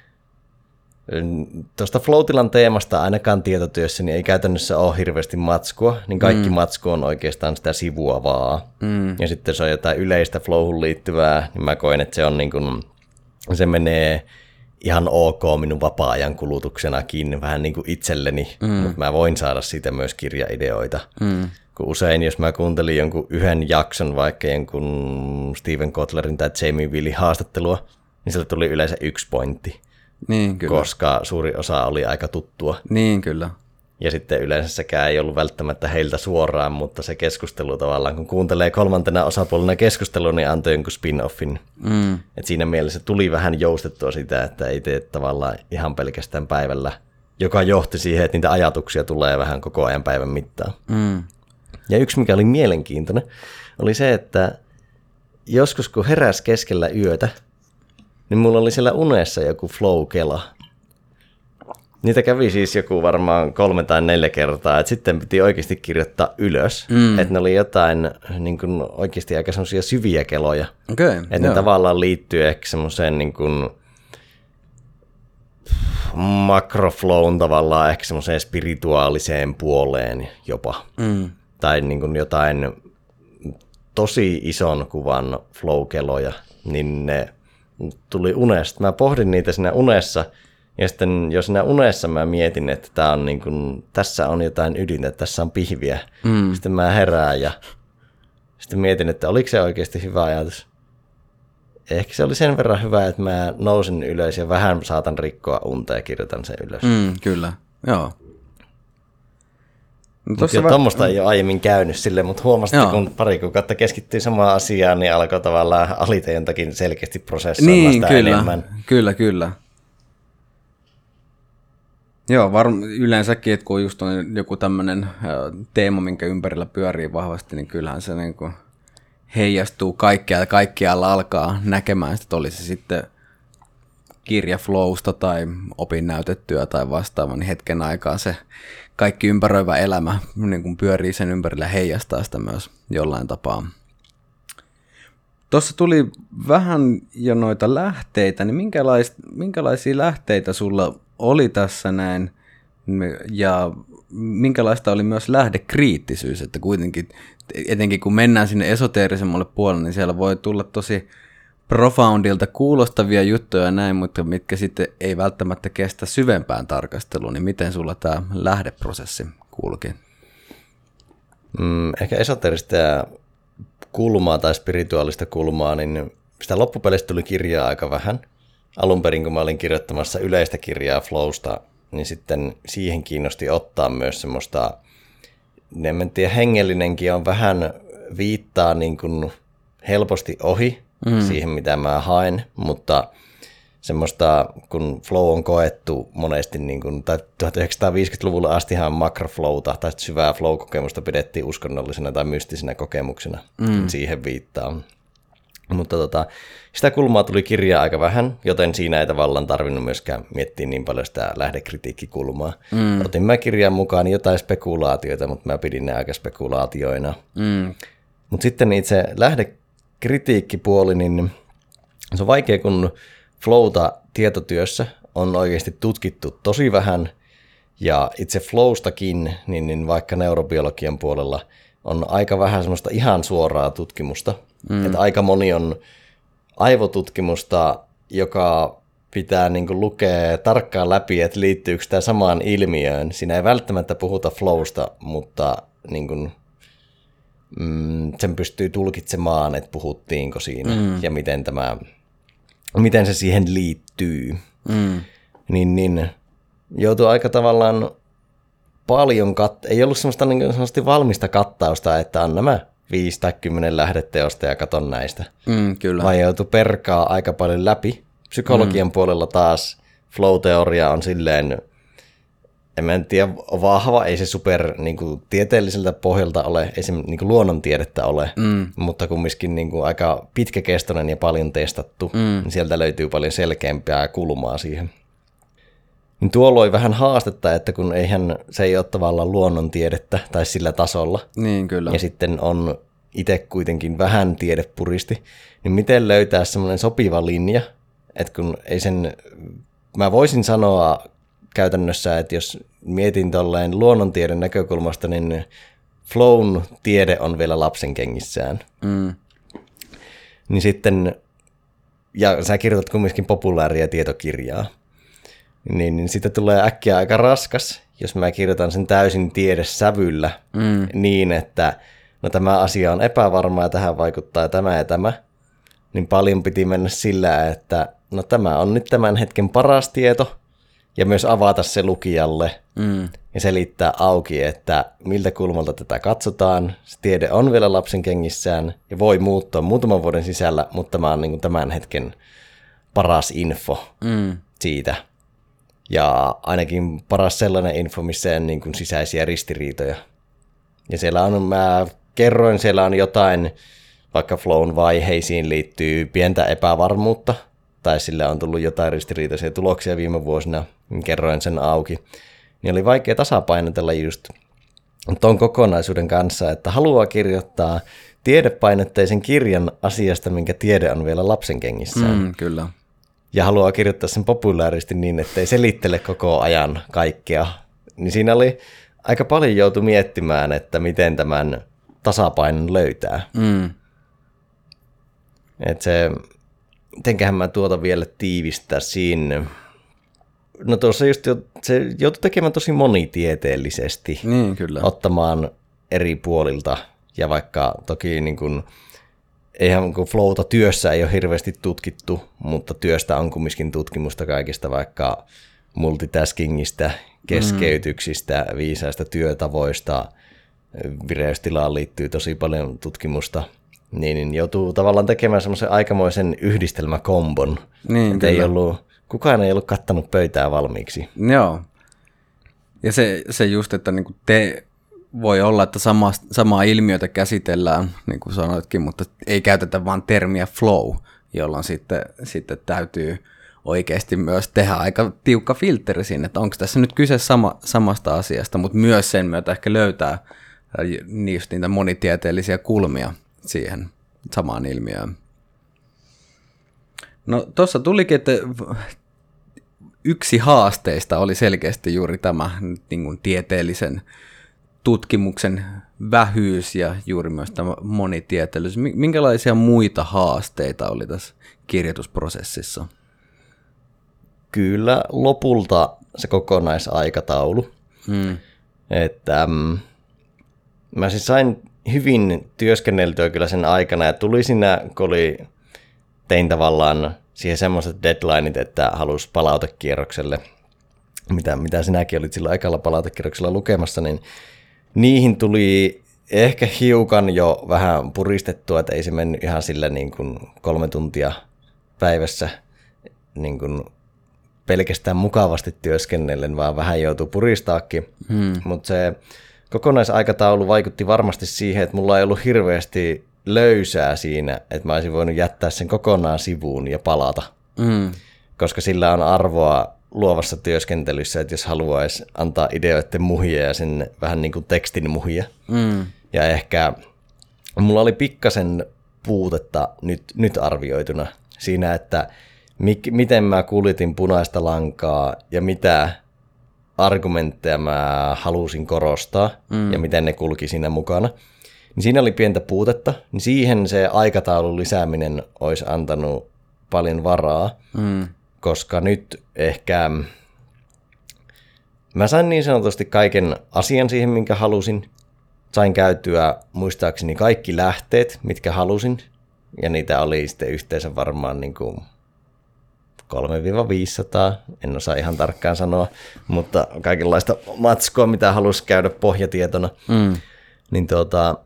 tuosta Flow-tilan teemasta ainakaan tietotyössä, niin ei käytännössä ole hirveästi matskua, niin kaikki mm. matsku on oikeastaan sitä sivuavaa. Mm. Ja sitten se on jotain yleistä Flowhun liittyvää, niin mä koen, että se on niin kuin, se menee ihan ok minun vapaa-ajan kulutuksenakin, vähän niin kuin itselleni, mm. mutta mä voin saada siitä myös kirjaideoita. Mm. Kun usein, jos mä kuuntelin jonkun yhden jakson, vaikka jonkun Steven Kotlerin tai Jamie Willin haastattelua, niin sieltä tuli yleensä yksi pointti. Niin, kyllä. Koska suuri osa oli aika tuttua. Niin, kyllä. Ja sitten yleensä sekään ei ollut välttämättä heiltä suoraan, mutta se keskustelu tavallaan, kun kuuntelee kolmantena osapuolena keskustelua, niin antoi jonkun spin-offin. Mm. Et siinä mielessä tuli vähän joustettua sitä, että ei tee tavallaan ihan pelkästään päivällä, joka johti siihen, että niitä ajatuksia tulee vähän koko ajan päivän mittaan. Mm. Ja yksi, mikä oli mielenkiintoinen, oli se, että joskus kun heräsi keskellä yötä, niin mulla oli siellä unessa joku flow-kela. Niitä kävi siis joku varmaan kolme tai neljä kertaa, että sitten piti oikeasti kirjoittaa ylös, mm. että ne oli jotain niin kuin oikeasti aika semmoisia syviä keloja, okay, että joo. ne tavallaan liittyy ehkä semmoiseen niin kuin makroflown tavallaan ehkä semmoiseen spirituaaliseen puoleen jopa, mm. tai niin kuin jotain tosi ison kuvan flow-keloja, niin ne tuli unesta. Mä pohdin niitä siinä unessa, ja sitten jo siinä unessa mä mietin, että tää on niin kuin, tässä on jotain ydintä, tässä on pihviä. Mm. Sitten mä herään ja sitten mietin, että oliko se oikeasti hyvä ajatus. Ehkä se oli sen verran hyvä, että mä nousin ylös ja vähän saatan rikkoa unta ja kirjoitan sen ylös. Mm, kyllä, joo. No jo, va- tuommoista ei ole aiemmin käynyt sille, mutta huomasin, että kun pari kuukautta keskittyy samaan asiaan, niin alkoi tavallaan alitajontakin selkeästi prosessoimaan niin, sitä kyllä, enemmän. Kyllä, kyllä. Joo, varm- yleensäkin, että kun just on joku tämmöinen teema, minkä ympärillä pyörii vahvasti, niin kyllähän se niin kuin heijastuu kaikkialla, kaikkialla alkaa näkemään, että oli se sitten kirja flowsta tai opinnäytetyö tai vastaava, niin hetken aikaa se kaikki ympäröivä elämä niin kuin pyörii sen ympärillä ja heijastaa sitä myös jollain tapaa. Tuossa tuli vähän jo noita lähteitä, niin minkälais, minkälaisia lähteitä sulla oli tässä näin, ja minkälaista oli myös lähdekriittisyys, että kuitenkin, etenkin kun mennään sinne esoteerisemmalle puolelle, niin siellä voi tulla tosi profoundilta kuulostavia juttuja ja näin, mutta mitkä sitten ei välttämättä kestä syvempään tarkasteluun, niin miten sulla tämä lähdeprosessi kulki? Mm, ehkä esoteerista ja kulmaa tai spirituaalista kulmaa, niin sitä loppupelistä tuli kirjaa aika vähän. Alun perin, kun mä olin kirjoittamassa yleistä kirjaa Flowsta, niin sitten siihen kiinnosti ottaa myös semmoista, en tiedä, hengellinenkin on vähän viittaa niin kuin helposti ohi mm. siihen, mitä mä haen, mutta semmoista, kun flow on koettu monesti, niin kuin, tai tuhatyhdeksänsataaviisikymmentäluvulla astihan makroflowta tai syvää flow-kokemusta pidettiin uskonnollisena tai mystisenä kokemuksena, mm. siihen viittaa. Mutta tota, sitä kulmaa tuli kirjaa aika vähän, joten siinä ei tavallaan tarvinnut myöskään miettiä niin paljon sitä lähdekritiikkikulmaa. Mm. Otin mä kirjaan mukaan jotain spekulaatioita, mutta mä pidin ne aika spekulaatioina. Mm. Mutta sitten itse lähdekritiikkipuoli, niin se on vaikea, kun flowta tietotyössä on oikeasti tutkittu tosi vähän, ja itse flowstakin, niin, niin vaikka neurobiologian puolella on aika vähän semmoista ihan suoraa tutkimusta. Mm. Että aika moni on aivotutkimusta, joka pitää niin kuin lukea tarkkaan läpi, että liittyykö tämä samaan ilmiöön. Siinä ei välttämättä puhuta flowsta, mutta niin kuin, mm, sen pystyy tulkitsemaan, että puhuttiinko siinä mm. ja miten, tämä, miten se siihen liittyy. Mm. Niin, niin joutuu aika tavallaan paljon, kat- ei ollut semmoista niin kuin valmista kattausta, että on nämä viisi tai kymmenen lähdeteosta ja katon näistä. Mm, kyllä. Vaan joutui perkaa aika paljon läpi. Psykologian mm. puolella taas flow-teoria on silleen, en tiedä, vahva, ei se super niin kuin, tieteelliseltä pohjalta ole, ei se niin kuin, luonnontiedettä ole, mm. mutta kumminkin niin kuin, aika pitkäkestoinen ja paljon testattu, mm. niin sieltä löytyy paljon selkeämpää kulmaa siihen. Niin tuo loi vähän haastetta, että kun eihän se ei ole tavallaan luonnontiedettä tai sillä tasolla. Niin, kyllä. Ja sitten on itse kuitenkin vähän tiedepuristi, niin miten löytää semmoinen sopiva linja, että kun ei sen, mä voisin sanoa käytännössä, että jos mietin tolleen luonnontieden näkökulmasta, niin flown tiede on vielä lapsen kengissään. Mm. Niin sitten, ja sä kirjoitat kumminkin populaaria tietokirjaa, Niin, niin siitä tulee äkkiä aika raskas, jos mä kirjoitan sen täysin tiedesävyllä mm. niin, että no tämä asia on epävarma ja tähän vaikuttaa tämä ja tämä. Niin paljon piti mennä sillä, että no tämä on nyt tämän hetken paras tieto ja myös avata se lukijalle mm. ja selittää auki, että miltä kulmalta tätä katsotaan. Se tiede on vielä lapsen kengissään ja voi muuttua muutaman vuoden sisällä, mutta tämä on niin kuin tämän hetken paras info mm. siitä. Ja ainakin paras sellainen info, missä on niin kuin sisäisiä ristiriitoja. Ja siellä on, mä kerroin, siellä on jotain, vaikka flown vaiheisiin liittyy pientä epävarmuutta, tai sillä on tullut jotain ristiriitaisia tuloksia viime vuosina. kerroin sen auki, niin oli vaikea tasapainotella just tuon kokonaisuuden kanssa, että haluaa kirjoittaa tiedepainotteisen kirjan asiasta, minkä tiede on vielä lapsen kengissään. Mm, kyllä. Ja haluaa kirjoittaa sen populaaristi niin, ettei selittele koko ajan kaikkea. Niin siinä oli aika paljon joutu miettimään, että miten tämän tasapainon löytää. Mm. Että se, mitenköhän mä tuota vielä tiivistää siinä. No tuossa just jo, se joutui tekemään tosi monitieteellisesti. Niin, kyllä. Ottamaan eri puolilta. Ja vaikka toki niin kun, eihän kun flowta työssä ei ole hirveästi tutkittu, mutta työstä on kumminkin tutkimusta kaikista vaikka multitaskingista, keskeytyksistä, mm. viisaista työtavoista, vireystilaan liittyy tosi paljon tutkimusta, niin, niin joutuu tavallaan tekemään semmoisen aikamoisen yhdistelmäkombon. Niin, ei ollut, kukaan ei ollut kattanut pöytää valmiiksi. Joo. Ja se, se just, että niinku te voi olla, että sama, samaa ilmiötä käsitellään, niin kuin sanoitkin, mutta ei käytetä vaan termiä flow, jolloin sitten, sitten täytyy oikeasti myös tehdä aika tiukka filtteri sinne, että onko tässä nyt kyse sama, samasta asiasta, mutta myös sen myötä ehkä löytää niistä niitä monitieteellisiä kulmia siihen samaan ilmiöön. No tuossa tulikin, että yksi haasteista oli selkeästi juuri tämä niin kuin tieteellisen tutkimuksen vähyys ja juuri myös tämä monitieteellisyys. Minkälaisia muita haasteita oli tässä kirjoitusprosessissa? Kyllä lopulta se kokonaisaikataulu. Hmm. Että ähm, mä siis sain hyvin työskenneltyä kyllä sen aikana ja tuli siinä, kun oli, tein tavallaan siihen semmoiset deadlineit, että halusi palautekierrokselle, mitä, mitä sinäkin olit silloin aikalla palautekierroksella lukemassa, niin niihin tuli ehkä hiukan jo vähän puristettua, että ei se mennyt ihan sillä niin kuin kolme tuntia päivässä niin kuin pelkästään mukavasti työskennellen, vaan vähän joutuu puristaakin. Hmm. Mutta se kokonaisaikataulu vaikutti varmasti siihen, että mulla ei ollut hirveästi löysää siinä, että mä olisin voinut jättää sen kokonaan sivuun ja palata. Hmm. Koska sillä on arvoa luovassa työskentelyssä, että jos haluaisi antaa ideoiden muhia ja sen vähän niin kuin tekstin muhia. Mm. Ja ehkä mulla oli pikkasen puutetta nyt, nyt arvioituna siinä, että mik, miten mä kuljetin punaista lankaa ja mitä argumentteja mä halusin korostaa mm. ja miten ne kulki siinä mukana. Niin siinä oli pientä puutetta, niin siihen se aikataulun lisääminen olisi antanut paljon varaa. Mm. Koska nyt ehkä mä sain niin sanotusti kaiken asian siihen, minkä halusin. Sain käytyä muistaakseni kaikki lähteet, mitkä halusin. Ja niitä oli sitten yhteensä varmaan niin kuin kolme viisisataa, en osaa ihan tarkkaan sanoa, mutta kaikenlaista matskoa, mitä halusi käydä pohjatietona. Mm. Niin tuota,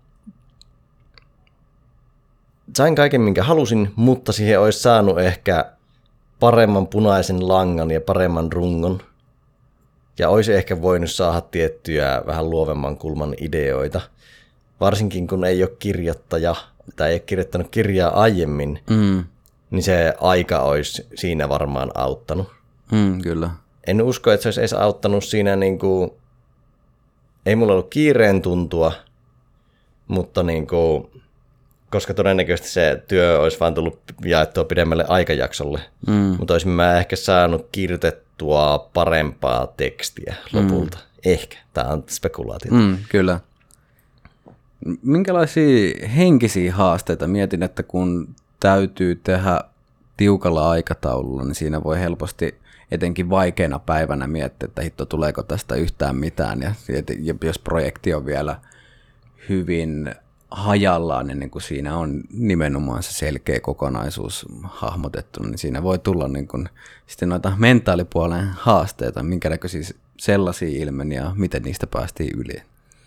sain kaiken, minkä halusin, mutta siihen olisi saanut ehkä paremman punaisen langan ja paremman rungon. Ja olisi ehkä voinut saada tiettyjä vähän luovemman kulman ideoita. Varsinkin kun ei ole kirjoittaja tai ei ole kirjoittanut kirjaa aiemmin, mm. niin se aika olisi siinä varmaan auttanut. Mm, kyllä. En usko, että se olisi edes auttanut siinä, niin kuin, ei mulla ollut kiireen tuntua, mutta niin kuin, koska todennäköisesti se työ olisi vaan tullut jaettua pidemmälle aikajaksolle, mm. mutta olisin mä ehkä saanut kirjoitettua parempaa tekstiä lopulta. Mm. Ehkä. Tämä on spekulaatiota. Mm, kyllä. Minkälaisia henkisiä haasteita mietin, että kun täytyy tehdä tiukalla aikataululla, niin siinä voi helposti etenkin vaikeana päivänä miettiä, että hitto, tuleeko tästä yhtään mitään. Ja, ja jos projekti on vielä hyvin hajallaan, niin kuin siinä on nimenomaan se selkeä kokonaisuus hahmotettuna, niin siinä voi tulla niin kuin sitten noita mentaalipuolen haasteita, minkä näköisiä sellaisia ilmeni ja miten niistä päästiin yli.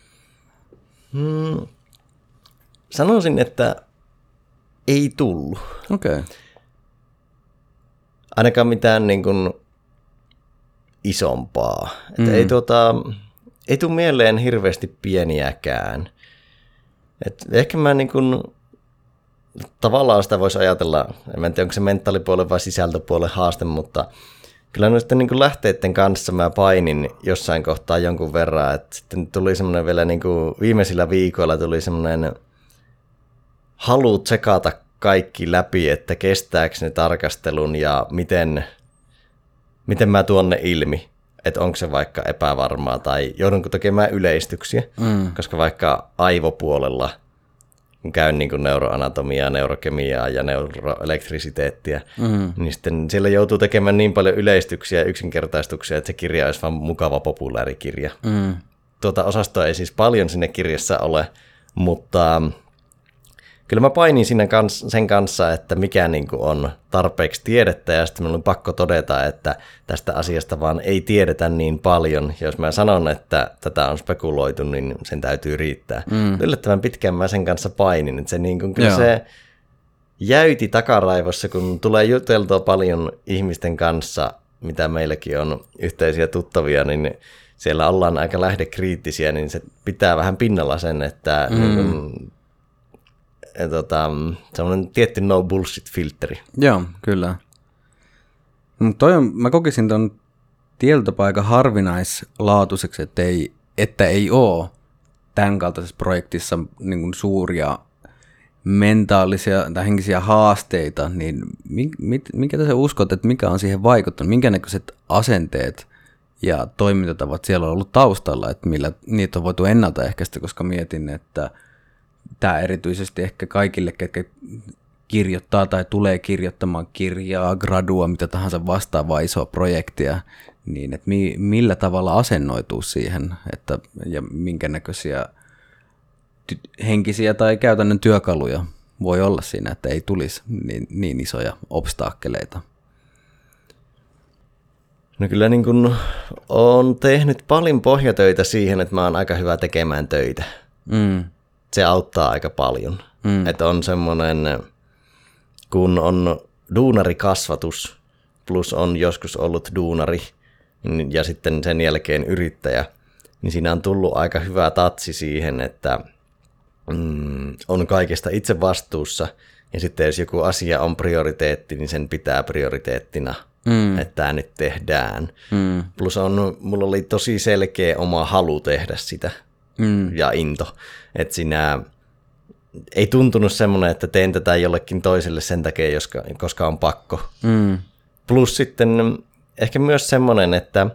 Hmm. Sanoisin, että ei tullut. Okei. Okay. Ainakaan mitään niin kuin isompaa. Mm. Ei, tuota, ei tule mieleen hirveästi pieniäkään. Et ehkä mä niin kuin, tavallaan sitä voisi ajatella, en tiedä onko se mentaalipuolen vai sisältöpuolen haaste, mutta kyllä noisten niin kuin lähteiden kanssa mä painin jossain kohtaa jonkun verran, että sitten tuli semmoinen vielä niin kuin viimeisillä viikoilla tuli semmoinen halu tsekata kaikki läpi, että kestääkö ne tarkastelun ja miten, miten mä tuon ne ilmi, että onko se vaikka epävarmaa tai joudunko tekemään yleistyksiä, mm. koska vaikka aivopuolella kun käyn niin kuin neuroanatomiaa, neurokemiaa ja neuroelektrisiteettiä, mm. niin sitten siellä joutuu tekemään niin paljon yleistyksiä ja yksinkertaistuksia, että se kirja olisi vaan mukava populaarikirja. Mm. Tuota osastoa ei siis paljon sinne kirjassa ole, mutta kyllä mä painin siinä kans, sen kanssa, että mikä niin kuin on tarpeeksi tiedettä, ja sitten minulla on pakko todeta, että tästä asiasta vaan ei tiedetä niin paljon. Ja jos mä sanon, että tätä on spekuloitu, niin sen täytyy riittää. Mm. Yllättävän pitkään mä sen kanssa painin, että se, niin kuin, kyllä se jäyti takaraivossa, kun tulee juteltua paljon ihmisten kanssa, mitä meilläkin on yhteisiä tuttavia, niin siellä ollaan aika lähdekriittisiä, niin se pitää vähän pinnalla sen, että mm. niin kuin, ja tota, semmoinen tietty no bullshit-filtteri. Joo, kyllä. Toi on, mä kokisin ton tietopaikan harvinaislaatuiseksi, että ei, että ei ole tämän kaltaisessa projektissa niin kuin suuria mentaalisia tai henkisiä haasteita, niin minkä te uskot, että mikä on siihen vaikuttanut? Minkä näköiset asenteet ja toimintatavat siellä on ollut taustalla, että millä niitä on voitu ennaltaehkäistä, koska mietin, että tämä erityisesti ehkä kaikille, ketkä kirjoittaa tai tulee kirjoittamaan kirjaa, gradua, mitä tahansa vastaavaa isoa projektia, niin että mi, millä tavalla asennoituu siihen, että, ja minkä näköisiä ty- henkisiä tai käytännön työkaluja voi olla siinä, että ei tulisi niin, niin isoja obstaakkeleita. No kyllä niin kun olen tehnyt paljon pohjatöitä siihen, että mä oon aika hyvä tekemään töitä. Mm. Se auttaa aika paljon. Mm. Että on semmoinen, kun on duunarikasvatus, plus on joskus ollut duunari ja sitten sen jälkeen yrittäjä, niin siinä on tullut aika hyvä tatsi siihen, että mm, on kaikesta itse vastuussa. Ja sitten jos joku asia on prioriteetti, niin sen pitää prioriteettina, mm. että tämä nyt tehdään. Mm. Plus on, mulla oli tosi selkeä oma halu tehdä sitä. Mm. Ja into. Että siinä ei tuntunut semmoinen, että teen tätä jollekin toiselle sen takia, koska on pakko. Mm. Plus sitten ehkä myös semmoinen, että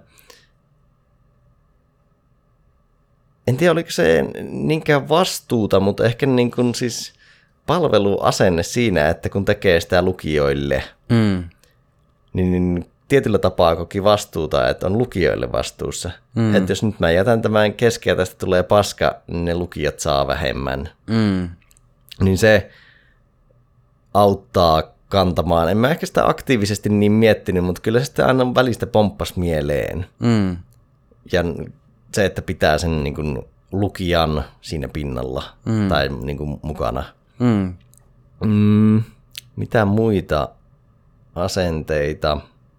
en tiedä oliko se niinkään vastuuta, mutta ehkä niin kuin siis palveluasenne siinä, että kun tekee sitä lukijoille, mm. niin tietyllä tapaa koki vastuuta, että on lukijoille vastuussa. Mm. Että jos nyt mä jätän tämän kesken ja tästä tulee paska, niin ne lukijat saa vähemmän. Mm. Niin se auttaa kantamaan. En mä ehkä sitä aktiivisesti niin miettinyt, mutta kyllä se sitten aina välistä pomppas mieleen. Mm. Ja se, että pitää sen niin kuin lukijan siinä pinnalla mm. tai niin kuin mukana. Mm. Mm. Mitä muita asenteita?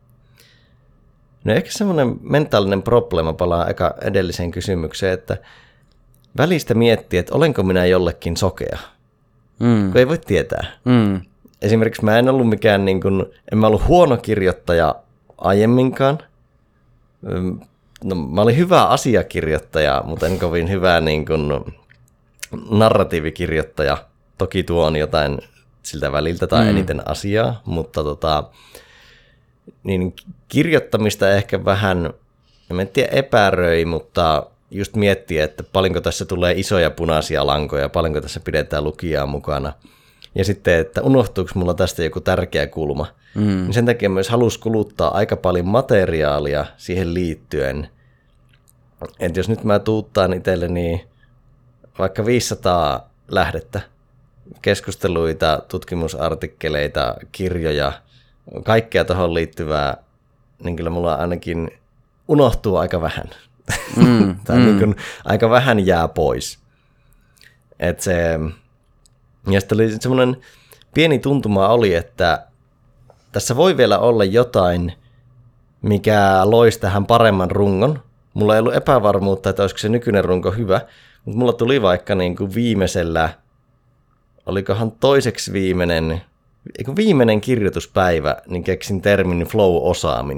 No ehkä semmoinen mentaalinen probleema, palaa aika edelliseen kysymykseen, että välistä miettiä, että olenko minä jollekin sokea, mm. kun ei voi tietää. Mm. Esimerkiksi mä en ollut mikään, niin kuin, en mä ollut huono kirjoittaja aiemminkaan. No, mä olin hyvä asiakirjoittaja, mutta en kovin hyvä niin kuin, narratiivikirjoittaja. Toki tuo on jotain siltä väliltä tai mm. eniten asiaa, mutta tota, niin kirjoittamista ehkä vähän, en tiedä epäröi, mutta just miettiä, että paljonko tässä tulee isoja punaisia lankoja, paljonko tässä pidetään lukijaa mukana. Ja sitten, että unohtuuko mulla tästä joku tärkeä kulma. Mm. Niin sen takia myös halusi kuluttaa aika paljon materiaalia siihen liittyen. Että jos nyt mä tuuttaan itselleni vaikka viisisataa lähdettä, keskusteluita, tutkimusartikkeleita, kirjoja, kaikkea tuohon liittyvää, niin kyllä mulla ainakin unohtuu aika vähän. Mm, tai mm. niin kuin aika vähän jää pois. Et se, ja sitten oli semmoinen pieni tuntuma oli, että tässä voi vielä olla jotain, mikä loisi tähän paremman rungon. Mulla ei ollut epävarmuutta, että olisiko se nykyinen runko hyvä, mutta mulla tuli vaikka niin kuin viimeisellä, olikohan toiseksi viimeinen, eikö viimeinen kirjoituspäivä, niin keksin termin flow-osaaminen.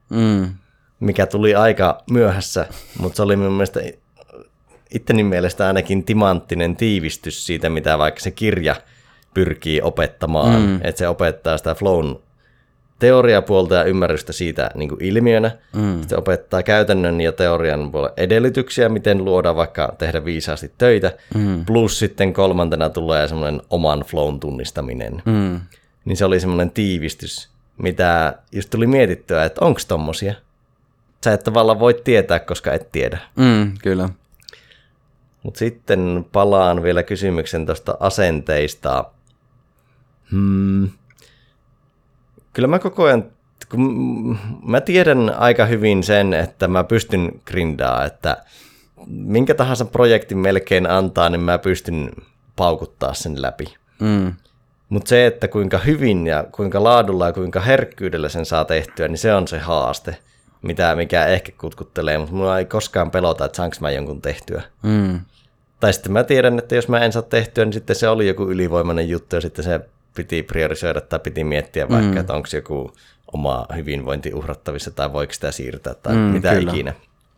mm. mikä tuli aika myöhässä, mutta se oli minun mielestä itteni mielestä ainakin timanttinen tiivistys siitä, mitä vaikka se kirja pyrkii opettamaan, mm. että se opettaa sitä flown teoriapuolta ja ymmärrystä siitä niin kuin ilmiönä. Mm. Se opettaa käytännön ja teorian puolella edellytyksiä, miten luoda vaikka tehdä viisaasti töitä, mm. plus sitten kolmantena tulee semmoinen oman flown tunnistaminen. Mm. Niin se oli semmoinen tiivistys, mitä just tuli mietittyä, että onko tommosia. Sä et tavallaan voi tietää, koska et tiedä. Mm, kyllä. Mutta sitten palaan vielä kysymyksen tuosta asenteista. Hmm. Kyllä mä koko ajan, kun mä tiedän aika hyvin sen, että mä pystyn grindaa, että minkä tahansa projektin melkein antaa, niin mä pystyn paukuttaa sen läpi. Mm. Mutta se, että kuinka hyvin ja kuinka laadulla ja kuinka herkkyydellä sen saa tehtyä, niin se on se haaste, mitä, mikä ehkä kutkuttelee, mutta mulla ei koskaan pelota, että saanko mä jonkun tehtyä. Mm. Tai sitten mä tiedän, että jos mä en saa tehtyä, niin sitten se oli joku ylivoimainen juttu ja sitten se piti priorisoida tai piti miettiä vaikka, mm. että onko joku oma hyvinvointi uhrattavissa tai voiko sitä siirtää tai mm, mitä kyllä. ikinä.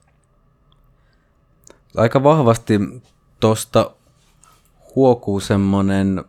Aika vahvasti tuosta huokuu semmoinen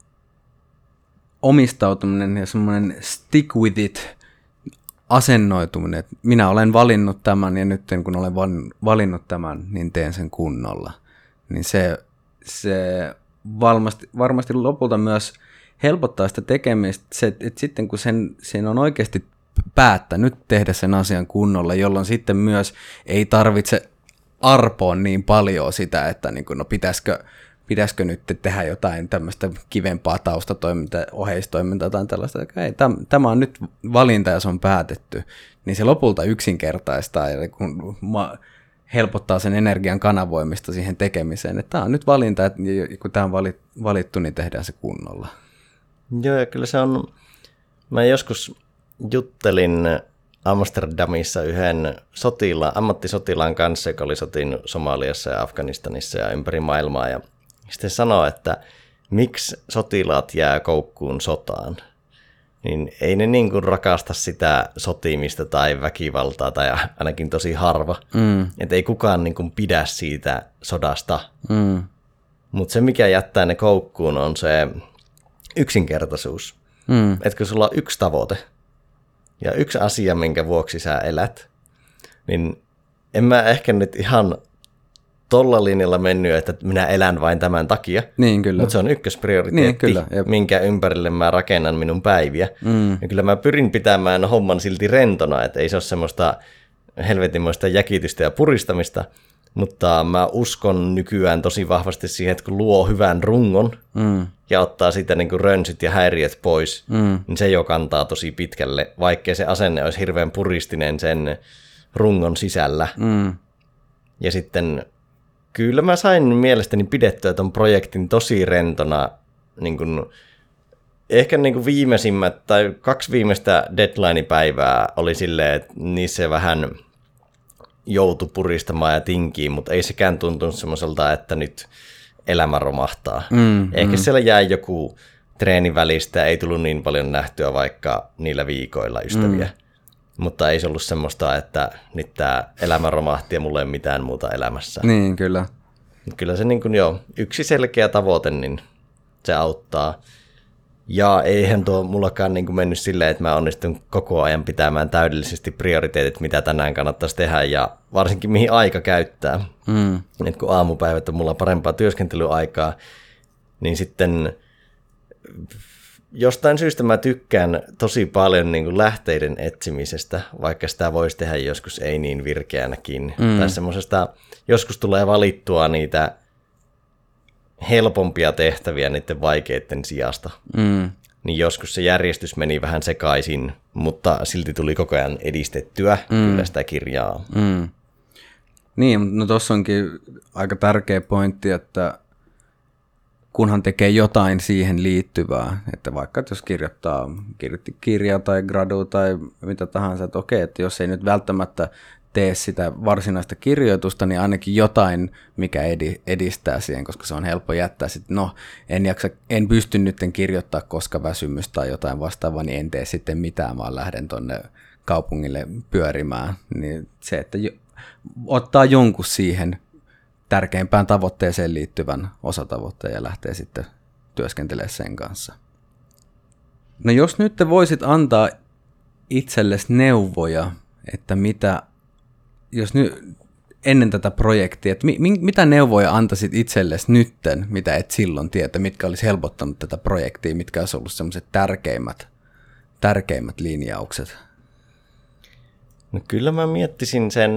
omistautuminen ja semmoinen stick with it asennoituminen, että minä olen valinnut tämän ja nyt kun olen valinnut tämän, niin teen sen kunnolla. Niin se, se varmasti, varmasti lopulta myös helpottaa sitä tekemistä, se, että sitten kun sen, sen on oikeasti päättänyt tehdä sen asian kunnolla, jolloin sitten myös ei tarvitse arpoa niin paljon sitä, että niin kuin, no pitäisikö, pitäisikö nyt tehdä jotain tämmöistä kivempaa taustatoimintaa, oheistoimintaa tai tällaista. Ei, tämä on nyt valinta ja se on päätetty, niin se lopulta yksinkertaistaa ja kun ma- helpottaa sen energian kanavoimista siihen tekemiseen, että tämä on nyt valinta, että kun tämä on valittu, niin tehdään se kunnolla. Joo, ja kyllä se on, mä joskus juttelin Amsterdamissa yhden sotilaan, ammattisotilaan kanssa, joka oli sotinut Somaliassa ja Afganistanissa ja ympäri maailmaa, ja sitten sanoi, että miksi sotilaat jää koukkuun sotaan, niin ei ne niin kuin rakasta sitä sotimista tai väkivaltaa, tai ainakin tosi harva, mm. että ei kukaan niin kuin pidä siitä sodasta, mm. mutta se mikä jättää ne koukkuun on se yksinkertaisuus, mm. että kun sulla on yksi tavoite ja yksi asia, minkä vuoksi sä elät, niin en mä ehkä nyt ihan tolla linjalla mennyt, että minä elän vain tämän takia, niin, kyllä. Mutta se on ykkösprioriteetti, niin, kyllä, minkä ympärille mä rakennan minun päiviä. Mm. Ja kyllä mä pyrin pitämään homman silti rentona, että ei se ole semmoista helvetinmoista jäkitystä ja puristamista, mutta mä uskon nykyään tosi vahvasti siihen, että kun luo hyvän rungon mm. ja ottaa siitä niin kuin rönsyt ja häiriöt pois, mm. niin se jo kantaa tosi pitkälle, vaikkei se asenne olisi hirveän puristinen sen rungon sisällä. Mm. Ja sitten kyllä mä sain mielestäni pidettyä ton projektin tosi rentona, niin kuin, ehkä niin kuin viimeisimmät tai kaksi viimeistä deadline-päivää oli silleen, että niissä vähän joutui puristamaan ja tinkiin, mutta ei sekään tuntunut semmoiselta, että nyt elämä romahtaa. Mm, Ehkä mm. siellä jäi joku treenin välistä, ei tullut niin paljon nähtyä vaikka niillä viikoilla ystäviä. Mm. Mutta ei se ollut semmoista, että nyt tämä elämä romahti ja mulla ei ole mitään muuta elämässä. Niin, kyllä. Kyllä se niin kuin, joo, yksi selkeä tavoite, niin se auttaa. Ja eihän tuo mullakaan niin kuin mennyt silleen, että mä onnistun koko ajan pitämään täydellisesti prioriteetit, mitä tänään kannattaisi tehdä ja varsinkin mihin aika käyttää. Mm. Et kun aamupäivät on mulla parempaa työskentelyaikaa, niin sitten jostain syystä mä tykkään tosi paljon niin kuin lähteiden etsimisestä, vaikka sitä voisi tehdä joskus ei niin virkeänäkin. Mm. Tai semmoisesta, joskus tulee valittua niitä helpompia tehtäviä niiden vaikeiden sijasta. Mm. Niin joskus se järjestys meni vähän sekaisin, mutta silti tuli koko ajan edistettyä mm. kyllä sitä kirjaa. Mm. Niin, no tuossa onkin aika tärkeä pointti, että kunhan tekee jotain siihen liittyvää, että vaikka jos kirjoittaa kirjoitti kirjaa tai gradu tai mitä tahansa, että okei, että jos ei nyt välttämättä tee sitä varsinaista kirjoitusta, niin ainakin jotain, mikä edistää siihen, koska se on helppo jättää sitten, no en, jaksa, en pysty nyt kirjoittaa, koska väsymys tai jotain vastaavaa, niin en tee sitten mitään, vaan lähden tonne kaupungille pyörimään, niin se, että jo, ottaa jonkun siihen tärkeimpään tavoitteeseen liittyvän osatavoitteen ja lähtee sitten työskentelemään sen kanssa. No jos nyt te voisit antaa itsellesi neuvoja, että mitä, jos nyt ennen tätä projektia, että mi, mitä neuvoja antaisit itsellesi nytten, mitä et silloin tiedä, mitkä olisi helpottanut tätä projektia, mitkä olisi ollut sellaiset tärkeimmät, tärkeimmät linjaukset? No kyllä mä miettisin sen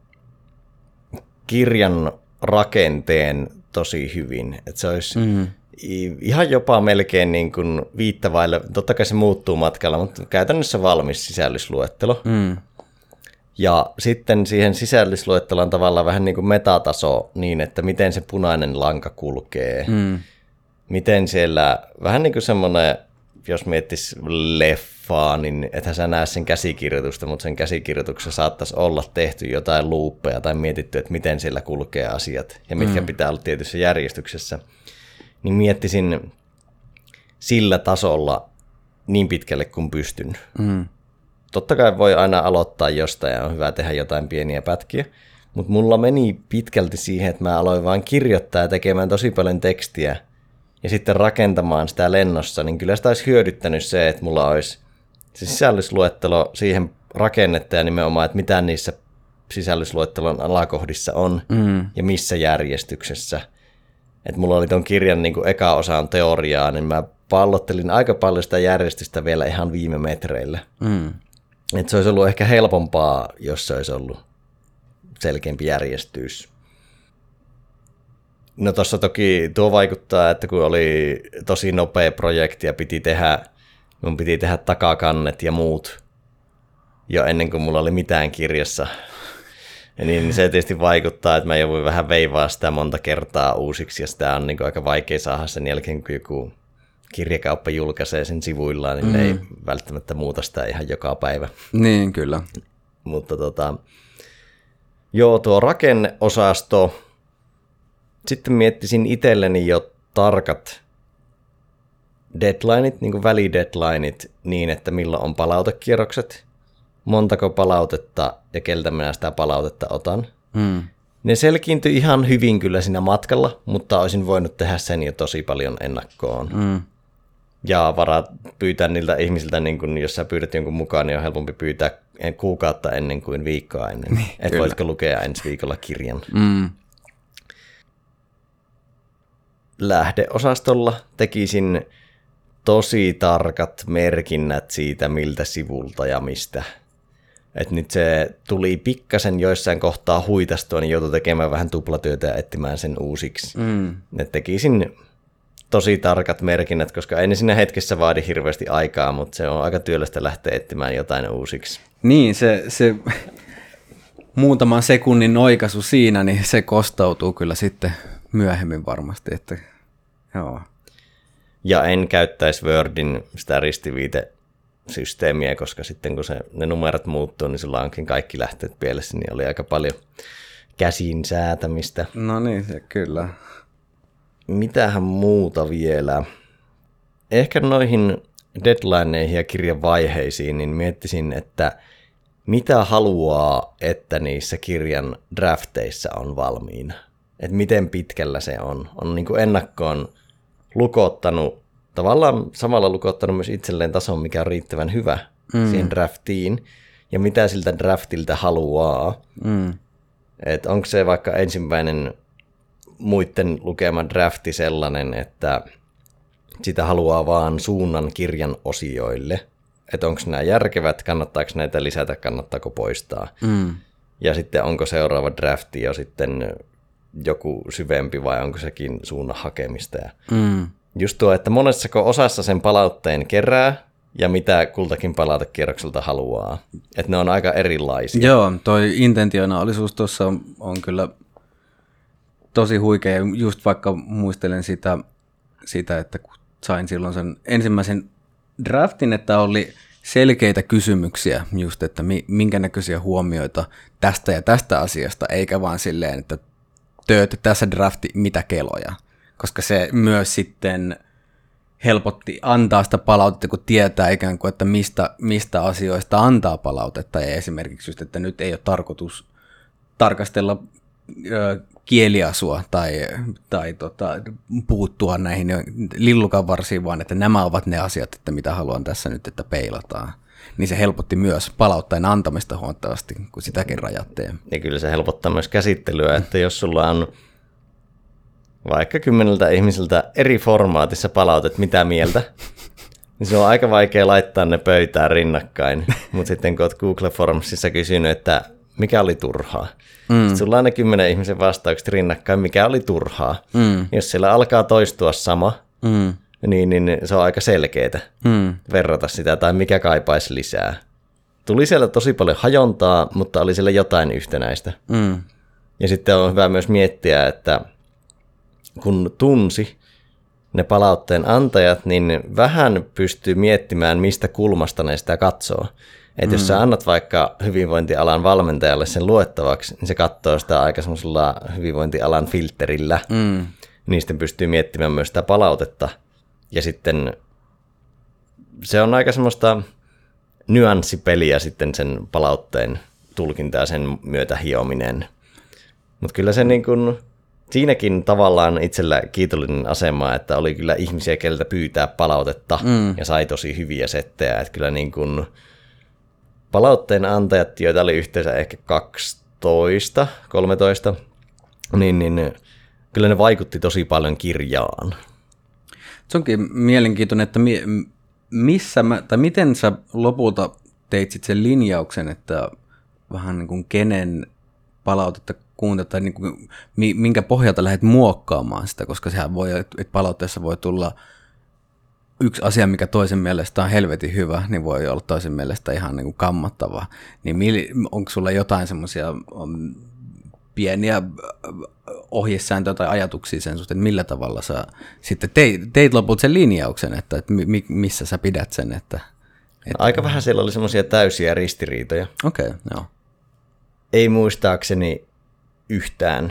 kirjan rakenteen tosi hyvin, että se olisi mm. ihan jopa melkein niin kuin viittavaille, totta kai se muuttuu matkalla, mutta käytännössä valmis sisällysluettelo. Mm. Ja sitten siihen sisällysluetteloon tavallaan vähän niin kuin metataso niin, että miten se punainen lanka kulkee. Mm. Miten siellä, vähän niin kuin semmoinen, jos miettisi leffaa, niin ethän sä näe sen käsikirjoitusta, mutta sen käsikirjoituksessa saattaisi olla tehty jotain luuppeja tai mietitty, että miten siellä kulkee asiat ja mitkä mm. pitää olla tietyssä järjestyksessä. Niin miettisin sillä tasolla niin pitkälle kuin pystyn. Mm. Totta kai voi aina aloittaa jostain ja on hyvä tehdä jotain pieniä pätkiä, mutta mulla meni pitkälti siihen, että mä aloin vaan kirjoittaa ja tekemään tosi paljon tekstiä ja sitten rakentamaan sitä lennossa, niin kyllä sitä olisi hyödyttänyt se, että mulla olisi se sisällysluettelo siihen rakennetta ja nimenomaan, että mitä niissä sisällysluettelon alakohdissa on mm. ja missä järjestyksessä. Että mulla oli ton kirjan niin kuin eka osaan teoriaa, niin mä pallottelin aika paljon sitä järjestystä vielä ihan viime metreillä. Mm. Että se olisi ollut ehkä helpompaa, jos se olisi ollut selkeämpi järjestys. No tuossa toki tuo vaikuttaa, että kun oli tosi nopea projekti ja piti tehdä, mun piti tehdä takakannet ja muut jo ennen kuin mulla oli mitään kirjassa, niin se tietysti vaikuttaa, että mä jouduin vähän veivaa sitä monta kertaa uusiksi ja sitä on niin kuin aika vaikea saada sen jälkeen, kun joku kirjakauppa julkaisee sen sivuillaan, niin mm. ne ei välttämättä muuta sitä ihan joka päivä. Niin, kyllä. Mutta tota, joo, tuo rakenneosasto, sitten miettisin itselleni jo tarkat deadlineit, niin kuin välideadlineit, niin että milloin on palautekierrokset, montako palautetta ja keltä minä sitä palautetta otan. Mm. Ne selkiintyi ihan hyvin kyllä siinä matkalla, mutta olisin voinut tehdä sen jo tosi paljon ennakkoon. Mm. Ja varaa pyytää niiltä ihmisiltä, niin kun, jos sä pyydät jonkun mukaan, niin on helpompi pyytää kuukautta ennen kuin viikkoa ennen. Niin, että voitko lukea ensi viikolla kirjan. Mm. Lähdeosastolla tekisin tosi tarkat merkinnät siitä, miltä sivulta ja mistä. Et nyt se tuli pikkasen joissain kohtaa huitastua, niin joutui tekemään vähän tuplatyötä ja etsimään sen uusiksi. Mm. Et tekisin tosi tarkat merkinnät, koska ei ne siinä hetkessä vaadi hirveästi aikaa, mutta se on aika työlästä lähteä etsimään jotain uusiksi. Niin, se, se muutaman sekunnin oikaisu siinä, niin se kostautuu kyllä sitten myöhemmin varmasti. Että, joo. Ja en käyttäisi Wordin sitä ristiviitesysteemiä, koska sitten kun se, ne numerot muuttuu, niin sulla onkin kaikki lähteet pielessä, niin oli aika paljon käsin säätämistä. No niin, se kyllä. Mitähän muuta vielä? Ehkä noihin deadlineihin ja kirjan vaiheisiin, niin miettisin, että mitä haluaa, että niissä kirjan drafteissa on valmiina. Että miten pitkällä se on. On niin kuin ennakkoon lukottanut, tavallaan samalla lukottanut myös itselleen tason, mikä on riittävän hyvä mm. siihen draftiin. Ja mitä siltä draftilta haluaa. Mm. Että onko se vaikka ensimmäinen muiden lukema drafti sellainen, että sitä haluaa vaan suunnan kirjan osioille. Että onko nämä järkevät, kannattaako näitä lisätä, kannattaako poistaa. Mm. Ja sitten onko seuraava drafti jo sitten joku syvempi vai onko sekin suunnan hakemista. Ja mm. just tuo, että monessako osassa sen palautteen kerää ja mitä kultakin palautekierrokselta haluaa. Että ne on aika erilaisia. Joo, toi intentionaalisuus tuossa on, on kyllä tosi huikea. Just vaikka muistelen sitä, sitä, että kun sain silloin sen ensimmäisen draftin, että oli selkeitä kysymyksiä just, että minkä näköisiä huomioita tästä ja tästä asiasta, eikä vaan silleen, että tööt tässä drafti mitä keloja. Koska se myös sitten helpotti antaa sitä palautetta, kun tietää ikään kuin, että mistä, mistä asioista antaa palautetta. Ja esimerkiksi just, että nyt ei ole tarkoitus tarkastella ö, kieliasua tai, tai tota, puuttua näihin lillukanvarsiin, vaan että nämä ovat ne asiat, että mitä haluan tässä nyt, että peilataan. Niin se helpotti myös palautteen antamista huomattavasti, kun sitäkin rajattiin. Ja kyllä se helpottaa myös käsittelyä, että jos sulla on vaikka kymmeneltä ihmiseltä eri formaatissa palautet mitä mieltä, niin se on aika vaikea laittaa ne pöytään rinnakkain. Mutta sitten kun olet Google Formsissa kysynyt, että mikä oli turhaa, mm. sitten sulla on ne kymmenen ihmisen vastaukset rinnakkain, mikä oli turhaa. Mm. Jos siellä alkaa toistua sama, mm. niin, niin se on aika selkeää mm. verrata sitä, tai mikä kaipaisi lisää. Tuli siellä tosi paljon hajontaa, mutta oli siellä jotain yhtenäistä. Mm. Ja sitten on hyvä myös miettiä, että kun tunsi ne palautteen antajat, niin vähän pystyy miettimään, mistä kulmasta ne sitä katsoo. Että mm. jos sä annat vaikka hyvinvointialan valmentajalle sen luettavaksi, niin se katsoo sitä aika semmoisella hyvinvointialan filterillä. Mm. Niin sitten pystyy miettimään myös sitä palautetta. Ja sitten se on aika semmoista nyanssipeliä sitten sen palautteen tulkinta ja sen myötä hiominen. Mutta kyllä se niin kuin siinäkin tavallaan itsellä kiitollinen asema, että oli kyllä ihmisiä, keltä pyytää palautetta mm. ja sai tosi hyviä settejä. Että kyllä niin kuin palautteen antajat, joita oli yhteensä ehkä kaksitoista, kolmetoista, niin, niin kyllä ne vaikutti tosi paljon kirjaan. Se onkin mielenkiintoinen, että mi- missä mä, tai miten sä lopulta teit sit sen linjauksen, että vähän niin kuin kenen palautetta kuuntelet, tai niin kuin, minkä pohjalta lähdet muokkaamaan sitä, koska sehän voi, että palautteessa voi tulla yksi asia, mikä toisen mielestä on helvetin hyvä, niin voi olla toisen mielestä ihan niin kuin kammottava. Niin onko sulla jotain semmoisia pieniä ohjesääntöjä tai ajatuksia sen suhteen, että millä tavalla sä sitten teit, teit lopulta sen linjauksen, että, että mi, missä sä pidät sen? Että, että aika vähän siellä oli semmoisia täysiä ristiriitoja. Okei, okay, joo. Ei muistaakseni yhtään.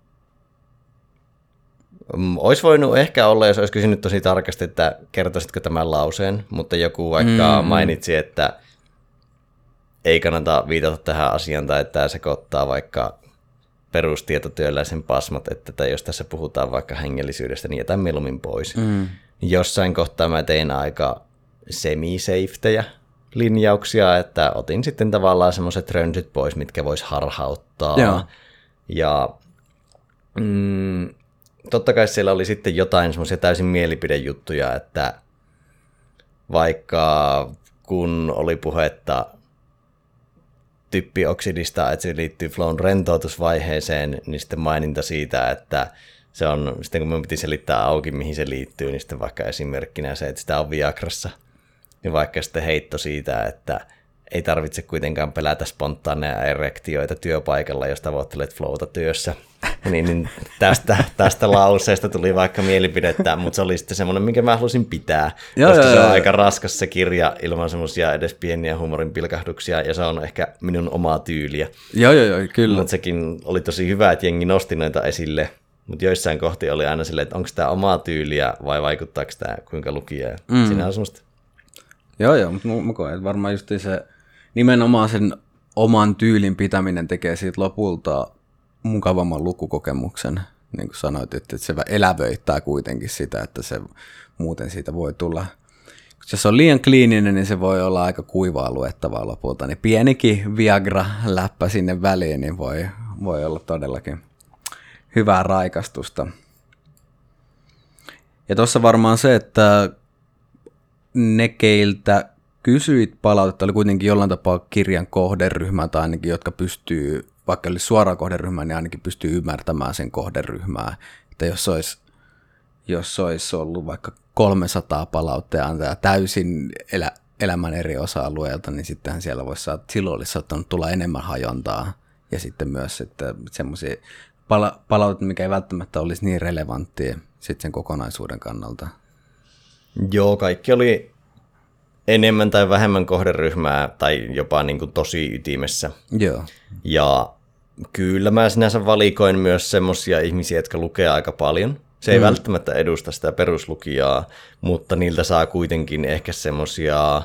Olisi voinut ehkä olla, jos olisi kysynyt tosi tarkasti, että kertoisitko tämän lauseen, mutta joku vaikka mm. mainitsi, että ei kannata viitata tähän asiaan tai että tämä sekoittaa vaikka perustietotyöläisen pasmat, että tai jos tässä puhutaan vaikka hengellisyydestä, niin jätän mieluummin pois. Mm. Jossain kohtaa mä tein aika semi-safetyjä linjauksia, että otin sitten tavallaan semmoiset rönsyt pois, mitkä vois harhauttaa. Joo. Ja mm, totta kai siellä oli sitten jotain semmoisia täysin mielipidejuttuja, että vaikka kun oli puhetta typpioksidista, että se liittyy flown rentoutusvaiheeseen, niin sitten maininta siitä, että se on, sitten kun minun piti selittää auki, mihin se liittyy, niin sitten vaikka esimerkkinä se, että sitä on Viagrassa, niin vaikka sitten heitto siitä, että ei tarvitse kuitenkaan pelätä spontaaneja erektioita työpaikalla, jos tavoittelet flowta työssä. niin, niin tästä, tästä lauseesta tuli vaikka mielipidettä, mutta se oli sitten semmoinen, minkä mä halusin pitää, joo, koska joo, se on joo. aika raskas se kirja ilman semmoisia edes pieniä huumorin pilkahduksia, ja se on ehkä minun omaa tyyliä. Joo, joo, joo, kyllä. Mutta sekin oli tosi hyvä, että jengi nosti noita esille, mutta joissain kohti oli aina silleen, että onko tämä omaa tyyliä vai vaikuttaako tämä kuinka lukija. Mm. Siinä on semmoista. Joo, joo, mutta mä koen, että varmaan just se nimenomaan sen oman tyylin pitäminen tekee siitä lopulta mukavamman lukukokemuksen, niin kuin sanoit, että se elävöittää kuitenkin sitä, että se muuten siitä voi tulla, jos se on liian kliininen, niin se voi olla aika kuivaa luettavaa lopulta, niin pienikin Viagra-läppä sinne väliin, niin voi, voi olla todellakin hyvää raikastusta. Ja tuossa varmaan se, että ne, keiltä kysyit palautetta, oli kuitenkin jollain tapaa kirjan kohderyhmä, tai ainakin jotka pystyy, vaikka olisi suoraan kohderyhmään, niin ainakin pystyy ymmärtämään sen kohderyhmää. Että jos olisi, jos olisi ollut vaikka kolmesataa palautteen antajaa täysin elä, elämän eri osa-alueilta, niin sittenhän siellä voisi saada, silloin olisi saattanut tulla enemmän hajontaa. Ja sitten myös että semmoisia pala- palautteita, mikä ei välttämättä olisi niin relevanttia sitten sen kokonaisuuden kannalta. Joo, kaikki oli enemmän tai vähemmän kohderyhmää tai jopa niin kuin tosi ytimessä. Joo. Ja kyllä mä sinänsä valikoin myös semmoisia ihmisiä, jotka lukee aika paljon. Se ei mm. välttämättä edusta sitä peruslukijaa, mutta niiltä saa kuitenkin ehkä semmoisia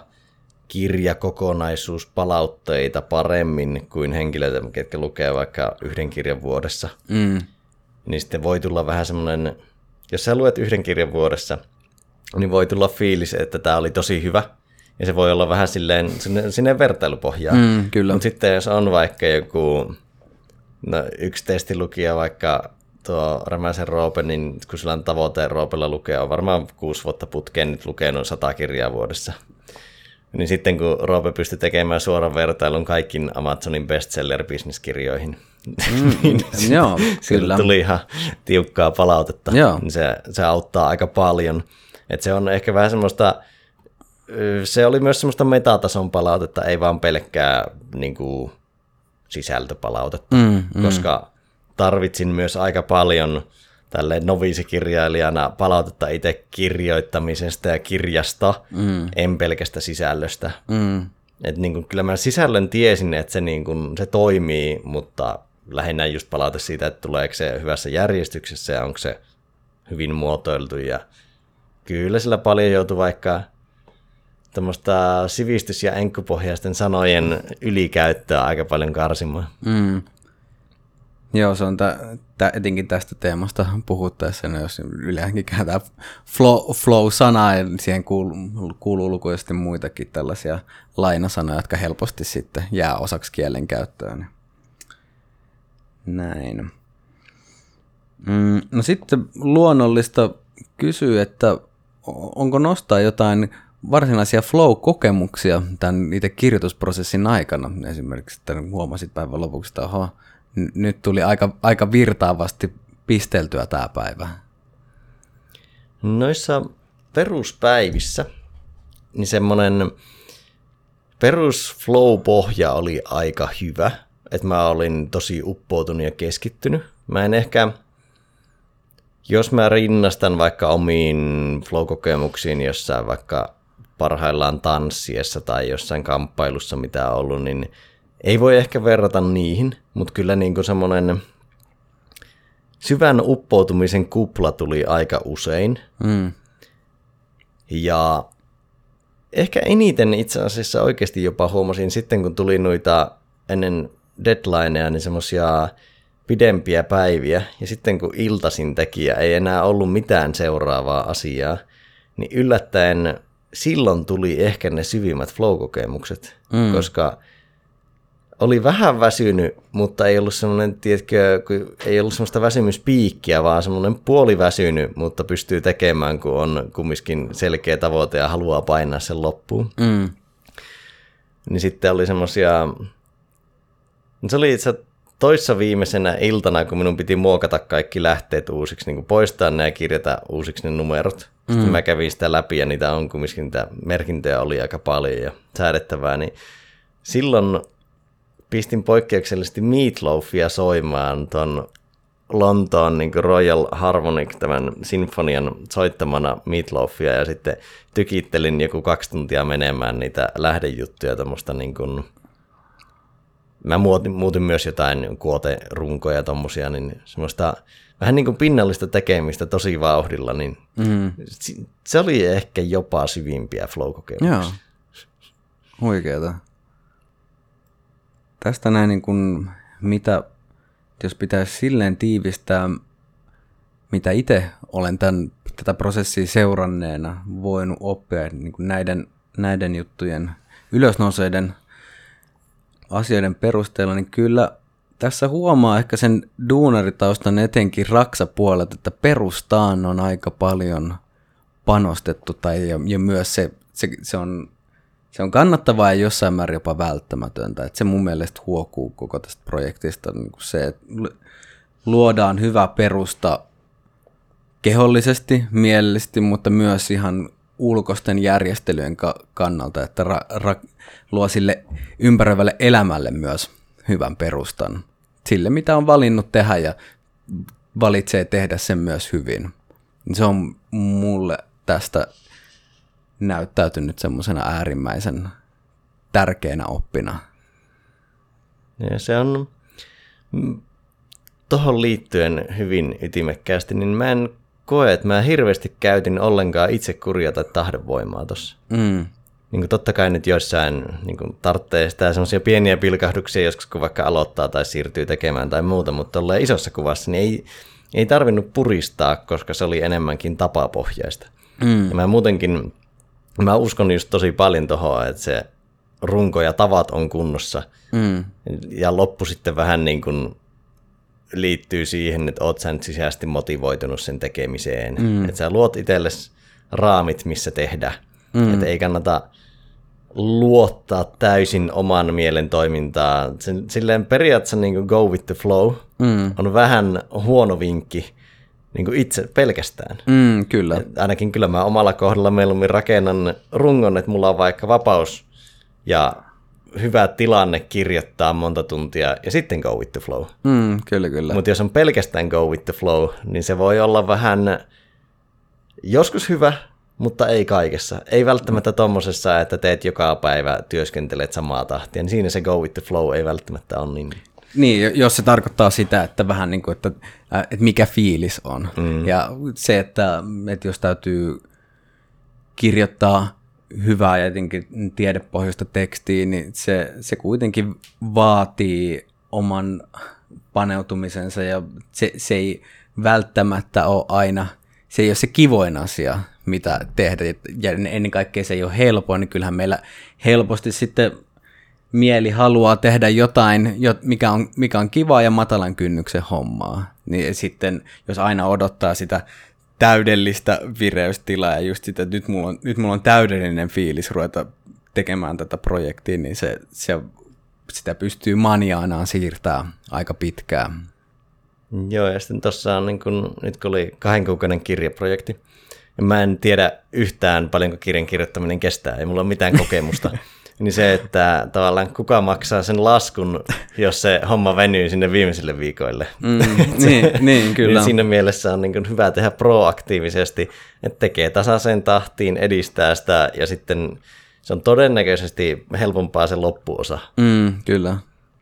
kirjakokonaisuuspalautteita paremmin kuin henkilöitä, ketkä lukee vaikka yhden kirjan vuodessa. Mm. Niin sitten voi tulla vähän semmoinen, jos sä luet yhden kirjan vuodessa, niin voi tulla fiilis, että tämä oli tosi hyvä. Ja se voi olla vähän silleen sinne, sinne vertailupohjaan. Mm, kyllä. Mutta sitten jos on vaikka joku, no yksi testilukija vaikka tuo Rämäsen Roope, niin kun sillä on tavoite Roopella lukea, on varmaan kuusi vuotta putkeen nyt lukenut sata kirjaa vuodessa. Niin sitten kun Roope pystyi tekemään suoran vertailun kaikkiin Amazonin bestseller-bisniskirjoihin, mm, niin joo, kyllä. tuli ihan tiukkaa palautetta. Joo. Niin se, se auttaa aika paljon. Et se on ehkä vähän semmoista, se oli myös semmoista metatason palautetta, ei vaan pelkkää niin kuin, sisältöpalautetta, mm, mm. koska tarvitsin myös aika paljon tälle noviisikirjailijana palautetta itse kirjoittamisesta ja kirjasta, mm. en pelkästä sisällöstä. Mm. Et niin kuin, kyllä mä sisällön tiesin, että se, niin kuin, se toimii, mutta lähinnä just palaute siitä, että tuleeko se hyvässä järjestyksessä ja onko se hyvin muotoiltu. Ja kyllä sillä paljon joutui vaikka tämmöistä sivistys- ja enkkupohjaisten sanojen ylikäyttöä aika paljon karsimaan. Mm. Joo, se on tä, tä, etenkin tästä teemasta puhuttaessa, jos yleensäkin käytetään flow, flow-sanaa, ja siihen kuuluu, kuuluu lukuisesti muitakin tällaisia lainasanoja, jotka helposti sitten jää osaksi kielenkäyttöön. Näin. Mm, no sitten luonnollista kysyä, että onko nostaa jotain varsinaisia flow-kokemuksia tämän itse kirjoitusprosessin aikana. Esimerkiksi että huomasit päivän lopuksi, että oho, n- nyt tuli aika, aika virtaavasti pisteltyä tämä päivä. Noissa peruspäivissä niin semmoinen perusflow-pohja oli aika hyvä, että mä olin tosi uppoutunut ja keskittynyt. Mä en ehkä, jos mä rinnastan vaikka omiin flow-kokemuksiin jossain vaikka parhaillaan tanssiessa tai jossain kamppailussa, mitä on ollut, niin ei voi ehkä verrata niihin, mutta kyllä niin kuin semmoinen syvän uppoutumisen kupla tuli aika usein. Mm. Ja ehkä eniten itse asiassa oikeasti jopa huomasin sitten, kun tuli noita ennen deadlineja, niin semmoisia pidempiä päiviä, ja sitten kun iltaisin tekijä ei enää ollut mitään seuraavaa asiaa, niin yllättäen silloin tuli ehkä ne syvimmät flow-kokemukset, mm. koska oli vähän väsynyt, mutta ei ollut semmoinen, tiedätkö, ei ollut semmoista väsymyspiikkiä, vaan semmoinen puoliväsynyt, mutta pystyy tekemään, kun on kumminkin selkeä tavoite ja haluaa painaa sen loppuun. Mm. Niin sitten oli semmoisia, se oli itse toissa viimeisenä iltana, kun minun piti muokata kaikki lähteet uusiksi, niin kuin poistaa ne ja kirjata uusiksi ne numerot. Mm. Sitten mä kävin sitä läpi ja niitä on kumminkin, niitä merkintöjä oli aika paljon ja säädettävää, niin silloin pistin poikkeuksellisesti Meatloafia soimaan ton Lontoon niin kuin Royal Harmonic, tämän sinfonian soittamana Meatloafia, ja sitten tykittelin joku kaksi tuntia menemään niitä lähdejuttuja, tämmöistä niin kuin, mä muutin, muutin myös jotain kuoterunkoja ja tommosia, niin semmoista vähän niin kuin pinnallista tekemistä tosi vauhdilla, niin mm. se oli ehkä jopa syvimpiä flow-kokemuksia. Joo, huikeeta. Tästä näin, niin kuin, mitä, jos pitäisi silleen tiivistää, mitä itse olen tämän, tätä prosessia seuranneena voinut oppia niin kuin näiden, näiden juttujen ylösnouseiden asioiden perusteella, niin kyllä tässä huomaa ehkä sen duunaritaustan etenkin raksapuolet, että perustaan on aika paljon panostettu, tai ja, ja myös se, se, se on Se on kannattavaa ja jossain määrin jopa välttämätöntä. Että se mun mielestä huokuu koko tästä projektista. Niin kuin se, että luodaan hyvä perusta kehollisesti, mielellisesti, mutta myös ihan ulkoisten järjestelyjen kannalta, että ra- ra- luo sille ympäröivälle elämälle myös hyvän perustan. Sille, mitä on valinnut tehdä ja valitsee tehdä sen myös hyvin. Se on mulle tästä näyttäytynyt semmoisena äärimmäisen tärkeänä oppina. Ja se on tuohon liittyen hyvin ytimekkäästi, niin mä en koe, että mä hirveästi käytin ollenkaan itsekuria tai tahdonvoimaa tossa. Mm. Niin kuin totta kai nyt joissain niin kuin tarvitsee sitä semmoisia pieniä pilkahduksia joskus, kun vaikka aloittaa tai siirtyy tekemään tai muuta, mutta tolleen isossa kuvassa niin ei, ei tarvinnut puristaa, koska se oli enemmänkin tapapohjaista. Mm. Ja mä muutenkin, mä uskon just tosi paljon tohon, että se runko ja tavat on kunnossa. Mm. Ja loppu sitten vähän niin kuin liittyy siihen, että oot sä nyt sisäisesti motivoitunut sen tekemiseen. Mm. Että sä luot itsellesi raamit, missä tehdä. Mm. Että ei kannata luottaa täysin oman mielen toimintaan. Sen, silleen periaatteessa niin kuin go with the flow mm. on vähän huono vinkki niin kuin itse pelkästään. Mm, kyllä. Et ainakin kyllä mä omalla kohdalla mieluummin rakennan rungon, että mulla on vaikka vapaus ja hyvä tilanne kirjoittaa monta tuntia ja sitten go with the flow. Mm, kyllä, kyllä. Mutta jos on pelkästään go with the flow, niin se voi olla vähän joskus hyvä, mutta ei kaikessa. Ei välttämättä tommosessa, että teet joka päivä, työskentelet samaa tahtia, niin siinä se go with the flow ei välttämättä ole niin. Niin, jos se tarkoittaa sitä, että vähän niin kuin, että, että mikä fiilis on. Mm. Ja se, että, että jos täytyy kirjoittaa hyvää ja jotenkin tiedepohjaista tekstiä, niin se, se kuitenkin vaatii oman paneutumisensa ja se, se ei välttämättä ole aina, se ei ole se kivoin asia, mitä tehdä, ja ennen kaikkea se ei ole helppoa, niin kyllähän meillä helposti sitten mieli haluaa tehdä jotain, mikä on, mikä on kivaa ja matalan kynnyksen hommaa, niin sitten jos aina odottaa sitä täydellistä vireystilaa ja just sitä, että nyt mulla on, nyt mulla on täydellinen fiilis ruveta tekemään tätä projektia, niin se, se, sitä pystyy maniaanaan siirtämään aika pitkään. Joo, ja sitten tuossa on, niin kun, nyt kun oli kahden kuukauden kirjaprojekti, ja mä en tiedä yhtään paljonko kirjan kirjoittaminen kestää, ei mulla ole mitään kokemusta, niin se, että tavallaan kuka maksaa sen laskun, jos se homma venyy sinne viimeisille viikoille. Mm, niin, niin, kyllä. Niin siinä mielessä on niin kuin hyvä tehdä proaktiivisesti, että tekee tasaisen tahtiin, edistää sitä, ja sitten se on todennäköisesti helpompaa se loppuosa. Mm, kyllä.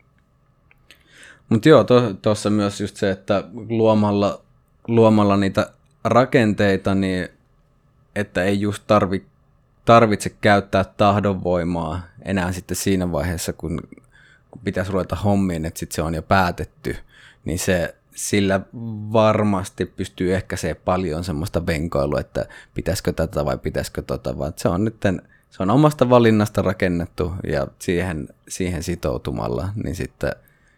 Mutta joo, tuossa to, myös just se, että luomalla, luomalla niitä rakenteita, niin että ei just tarvi, tarvitse käyttää tahdonvoimaa enää sitten siinä vaiheessa, kun, kun pitäisi ruveta hommiin, että sitten se on jo päätetty, niin se, sillä varmasti pystyy ehkäisemään paljon semmoista venkoilua, että pitäisikö tätä vai pitäisikö tota, vaan se on nyt se on omasta valinnasta rakennettu ja siihen, siihen sitoutumalla, niin sitten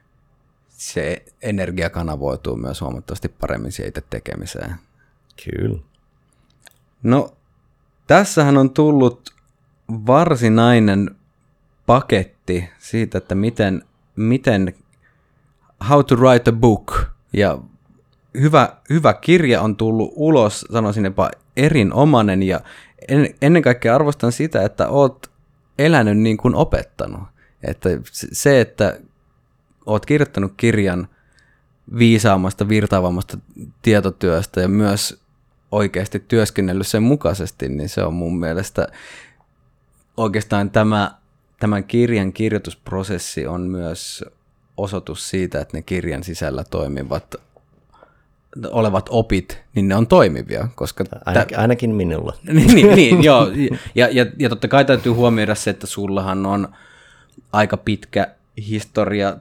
se energia kanavoituu myös huomattavasti paremmin siitä tekemiseen. Kyllä. No, tässähän on tullut varsinainen paketti siitä, että miten, miten how to write a book. Ja hyvä, hyvä kirja on tullut ulos, sanoisin jopa erinomainen, ja en, ennen kaikkea arvostan sitä, että oot elänyt niin kuin opettanut. Että se, että oot kirjoittanut kirjan viisaammasta, virtaavammasta tietotyöstä ja myös oikeasti työskennellyt sen mukaisesti, niin se on mun mielestä oikeastaan tämä, tämän kirjan kirjoitusprosessi on myös osoitus siitä, että ne kirjan sisällä toimivat olevat opit, niin ne on toimivia. Koska ainakin, tä... ainakin minulla. niin, niin, joo. Ja, ja, ja totta kai täytyy huomioida se, että sullahan on aika pitkä historia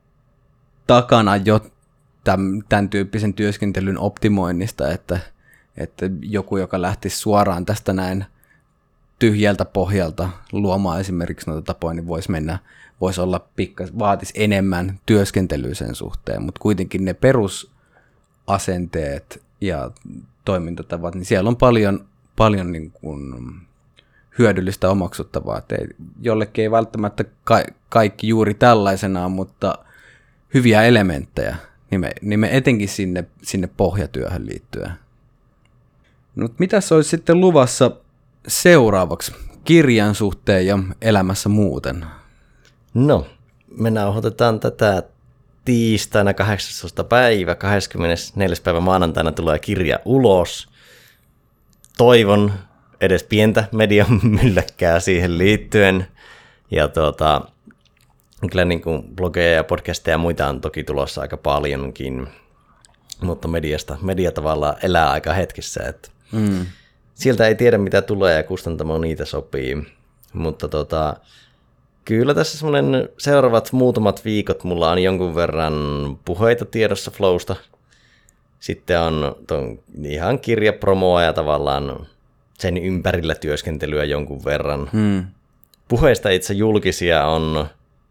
takana jo tämän, tämän tyyppisen työskentelyn optimoinnista, että, että joku, joka lähtisi suoraan tästä näin tyhjältä pohjalta luomaan esimerkiksi noita tapoja, niin voisi mennä, voisi olla pikkas, vaatisi enemmän työskentelyä sen suhteen, mutta kuitenkin ne perusasenteet ja toimintatavat, niin siellä on paljon, paljon niin kuin hyödyllistä omaksuttavaa, että ei, jollekin ei välttämättä ka- kaikki juuri tällaisenaan, mutta hyviä elementtejä, niin me, niin me etenkin sinne, sinne pohjatyöhön liittyen. No, mitäs olisi sitten luvassa seuraavaksi kirjan suhteen ja elämässä muuten? No, me nauhoitetaan tätä tiistaina kahdeksastoista päivä, kahdeskymmenesneljäs päivä maanantaina tulee kirja ulos. Toivon edes pientä median mylläkkää siihen liittyen. Ja tuota, kyllä niin kuin blogeja ja podcasteja ja muita on toki tulossa aika paljonkin. mutta mediasta, media tavallaan elää aika hetkessä, että Mm. sieltä ei tiedä mitä tulee ja kustantamo niitä sopii, mutta tota, kyllä tässä semmoinen seuraavat muutamat viikot mulla on jonkun verran puheita tiedossa Flowsta. Sitten on ton ihan kirjapromoa ja tavallaan sen ympärillä työskentelyä jonkun verran. Mm. Puheista itse julkisia on,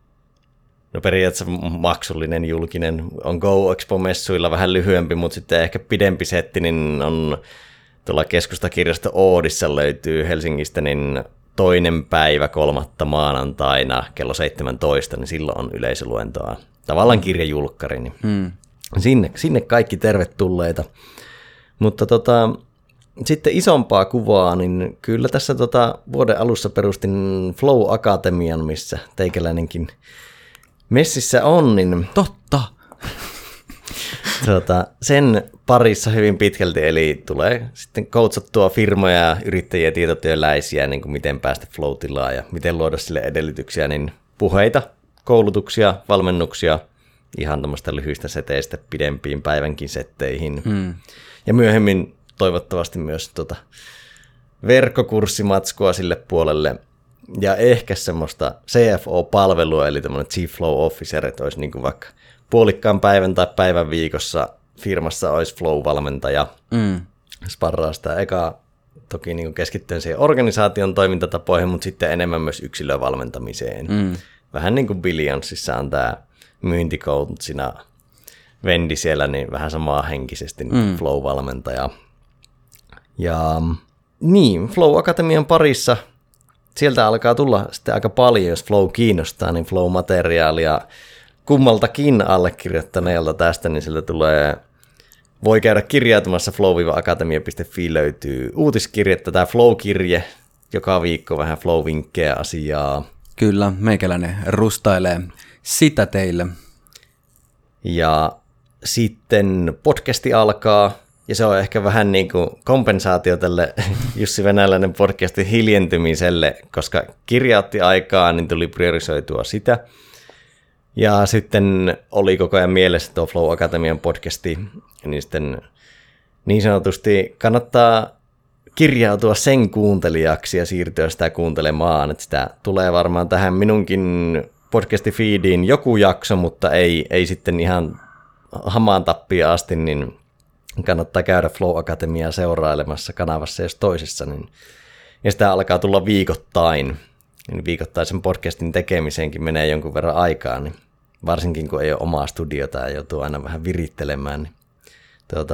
no periaatteessa maksullinen julkinen, on Go Expo-messuilla vähän lyhyempi, mutta sitten ehkä pidempi setti, niin on tuolla keskustakirjasto Oodissa löytyy Helsingistä, niin toinen päivä kolmatta maanantaina kello seitsemäntoista, niin silloin on yleisöluentoa. Tavallaan kirjajulkkari, niin Mm. sinne, sinne kaikki tervetulleita. Mutta tota, sitten isompaa kuvaa, niin kyllä tässä tota, vuoden alussa perustin Flow Akatemian, missä teikäläinenkin messissä on, niin Totta. Tuota, sen parissa hyvin pitkälti, eli tulee sitten coachattua firmoja ja yrittäjiä, tietotyöläisiä, niin kuin miten päästä flow-tilaan ja miten luoda sille edellytyksiä, niin puheita, koulutuksia, valmennuksia, ihan tämmöistä lyhyistä seteistä pidempiin päivänkin setteihin. Mm. Ja myöhemmin toivottavasti myös tuota verkkokurssimatskua sille puolelle, ja ehkä semmoista C F O-palvelua, eli tämmöinen Chief Flow Officer, että olisi niin kuin vaikka puolikkaan päivän tai päivän viikossa firmassa olisi flow-valmentaja, Mm. sparraa sitä eka toki niin keskittyen siihen organisaation toimintatapoihin, mutta sitten enemmän myös yksilövalmentamiseen. Mm. Vähän niin kuin Billionsissa on tämä myynticoachina Vendi siellä, niin vähän samaa henkisesti niin Mm. flow-valmentaja. Ja niin, Flow Akatemian parissa sieltä alkaa tulla sitten aika paljon, jos Flow kiinnostaa, niin Flow-materiaalia kummaltakin allekirjoittaneelta tästä, niin sieltä tulee, voi käydä kirjautumassa flow akatemia piste fi löytyy uutiskirjettä tai Flow-kirje, joka viikko vähän Flow-vinkkejä asiaa. Kyllä, meikäläinen rustailee sitä teille. Ja sitten podcasti alkaa, ja se on ehkä vähän niin kuin kompensaatio tälle Jussi Venäläinen podcastin hiljentymiselle, koska kirjautti aikaa, niin tuli priorisoitua sitä. Ja sitten oli koko ajan mielessä tuo Flow Akatemian podcasti, niin sitten niin sanotusti kannattaa kirjautua sen kuuntelijaksi ja siirtyä sitä kuuntelemaan, että sitä tulee varmaan tähän minunkin podcasti-feediin joku jakso, mutta ei, ei sitten ihan hamaan tappia asti, niin kannattaa käydä Flow Akatemiaa seurailemassa kanavassa jos toisessa, niin ja sitä alkaa tulla viikoittain. Niin viikoittaisen podcastin tekemiseenkin menee jonkun verran aikaa, niin varsinkin kun ei ole omaa studiota ja joutuu aina vähän virittelemään, niin tuota,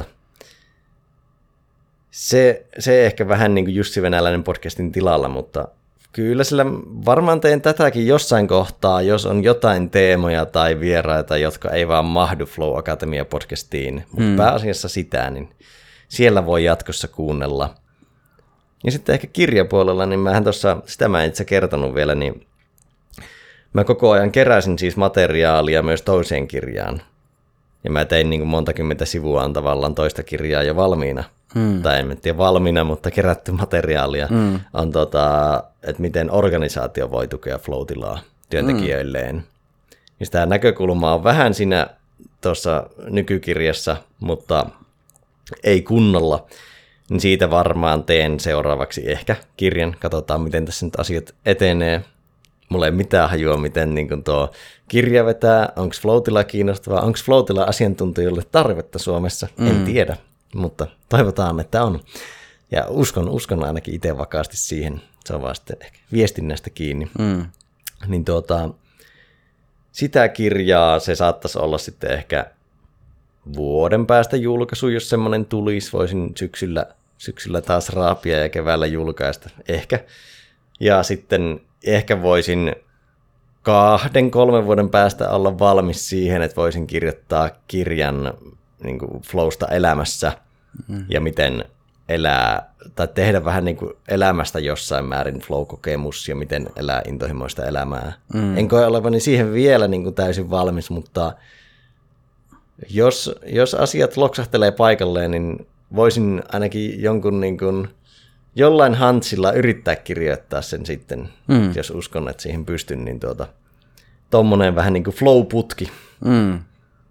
se, se ehkä vähän niin kuin Jussi Venäläinen podcastin tilalla, mutta kyllä sillä varmaan teen tätäkin jossain kohtaa, jos on jotain teemoja tai vieraita, jotka ei vaan mahdu Flow Akatemia podcastiin, mutta hmm. pääasiassa sitä, niin siellä voi jatkossa kuunnella. Ja sitten ehkä kirjapuolella, niin mähän tuossa, sitä mä en itse kertonut vielä, niin mä koko ajan keräsin siis materiaalia myös toiseen kirjaan. Ja mä tein niin kuin monta kymmentä sivua on tavallaan toista kirjaa jo valmiina. Hmm. Tai en tiedä valmiina, mutta kerätty materiaalia hmm. on, tota, että miten organisaatio voi tukea flow-tilaa työntekijöilleen. Hmm. Ja sitä näkökulmaa on vähän siinä tuossa nykykirjassa, mutta ei kunnolla. Niin siitä varmaan teen seuraavaksi ehkä kirjan. Katsotaan, miten tässä nyt asiat etenee. Mulla ei mitään hajua, miten niin tuo kirja vetää. Onko flow-tila kiinnostavaa? Onko flow-tila asiantuntijoille tarvetta Suomessa? Mm. En tiedä, mutta toivotaan, että on. Ja uskon, uskon ainakin itse vakaasti siihen. Se on vaan sitten ehkä viestinnästä kiinni. Mm. Niin tuota, sitä kirjaa se saattaisi olla sitten ehkä vuoden päästä julkaisu, jos semmoinen tulisi. Voisin syksyllä, syksyllä taas raapia ja keväällä julkaista ehkä. Ja sitten ehkä voisin kahden, kolmen vuoden päästä olla valmis siihen, että voisin kirjoittaa kirjan niin kuin flowsta elämässä mm. ja miten elää, tai tehdä vähän niin kuin elämästä jossain määrin flow-kokemus ja miten elää intohimoista elämää. Mm. En koe olevani siihen vielä niin kuin täysin valmis, mutta jos, jos asiat loksahtelee paikalleen, niin voisin ainakin jonkun niin kuin jollain hantsilla yrittää kirjoittaa sen sitten, mm. jos uskon, että siihen pystyn, niin tuota, tommonen vähän niin kuin flow-putki. Mm.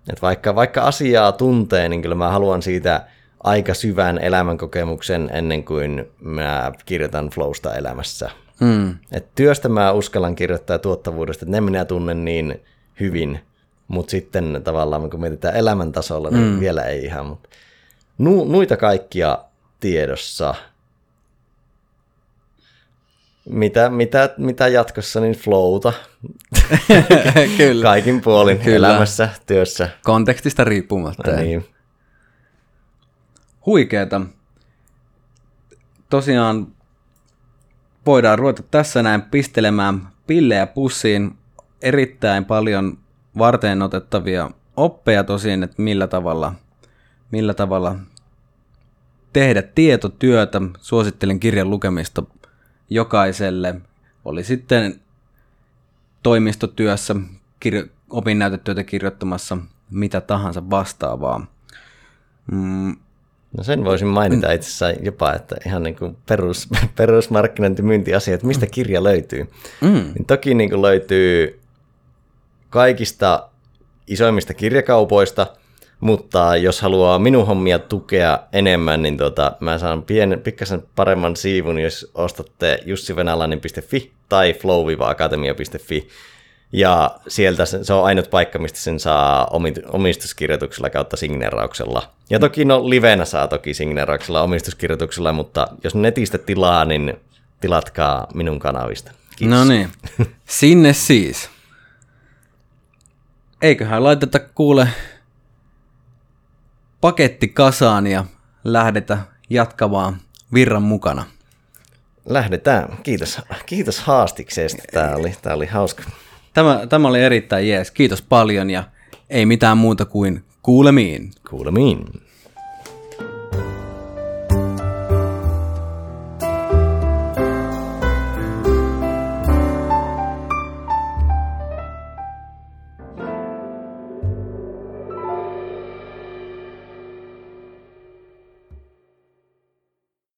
Et vaikka, vaikka asiaa tuntee, niin kyllä mä haluan siitä aika syvän elämänkokemuksen ennen kuin mä kirjoitan flowsta elämässä. Mm. Et työstä mä uskallan kirjoittaa tuottavuudesta, että ne minä tunnen niin hyvin, mutta sitten tavallaan kun mietitään elämäntasolla, niin mm. vielä ei ihan. Mutta nu, nuita kaikkia tiedossa. Mitä, mitä, mitä jatkossa, niin flowta. Kyllä. Kaikin puolin Kyllä. elämässä, työssä. Kontekstista riippumatta. No niin. Huikeeta. Tosiaan voidaan ruveta tässä näin pistelemään pillejä pussiin. Erittäin paljon varten otettavia oppeja tosiaan, että millä tavalla, millä tavalla tehdä tietotyötä. Suosittelen kirjan lukemista jokaiselle. Oli sitten toimistotyössä, kirjo- opinnäytetyötä kirjoittamassa, mitä tahansa vastaavaa. Mm. No sen voisin mainita itse asiassa jopa, että ihan niin kuin perus, perusmarkkinointimyyntiasia, että mistä kirja löytyy. Mm. Niin toki niin kuin löytyy kaikista isoimmista kirjakaupoista, mutta jos haluaa minun hommia tukea enemmän, niin tota, mä saan pienen, pikkasen paremman siivun, jos ostatte jussi venäläinen piste fi tai flow akatemia piste fi. Ja sieltä se, se on ainut paikka, mistä sen saa omistuskirjoituksella kautta signeerauksella. Ja toki no livenä saa toki signeerauksella omistuskirjoituksella, mutta jos netistä tilaa, niin tilatkaa minun kanavista. Kiitos. No niin, sinne siis. Eiköhän laiteta kuule paketti kasaan ja lähdetä jatkamaan virran mukana. Lähdetään. Kiitos, Kiitos haastikseesta. Tämä oli, tämä oli hauska. Tämä, tämä oli erittäin jees. Kiitos paljon ja ei mitään muuta kuin kuulemiin. Kuulemiin.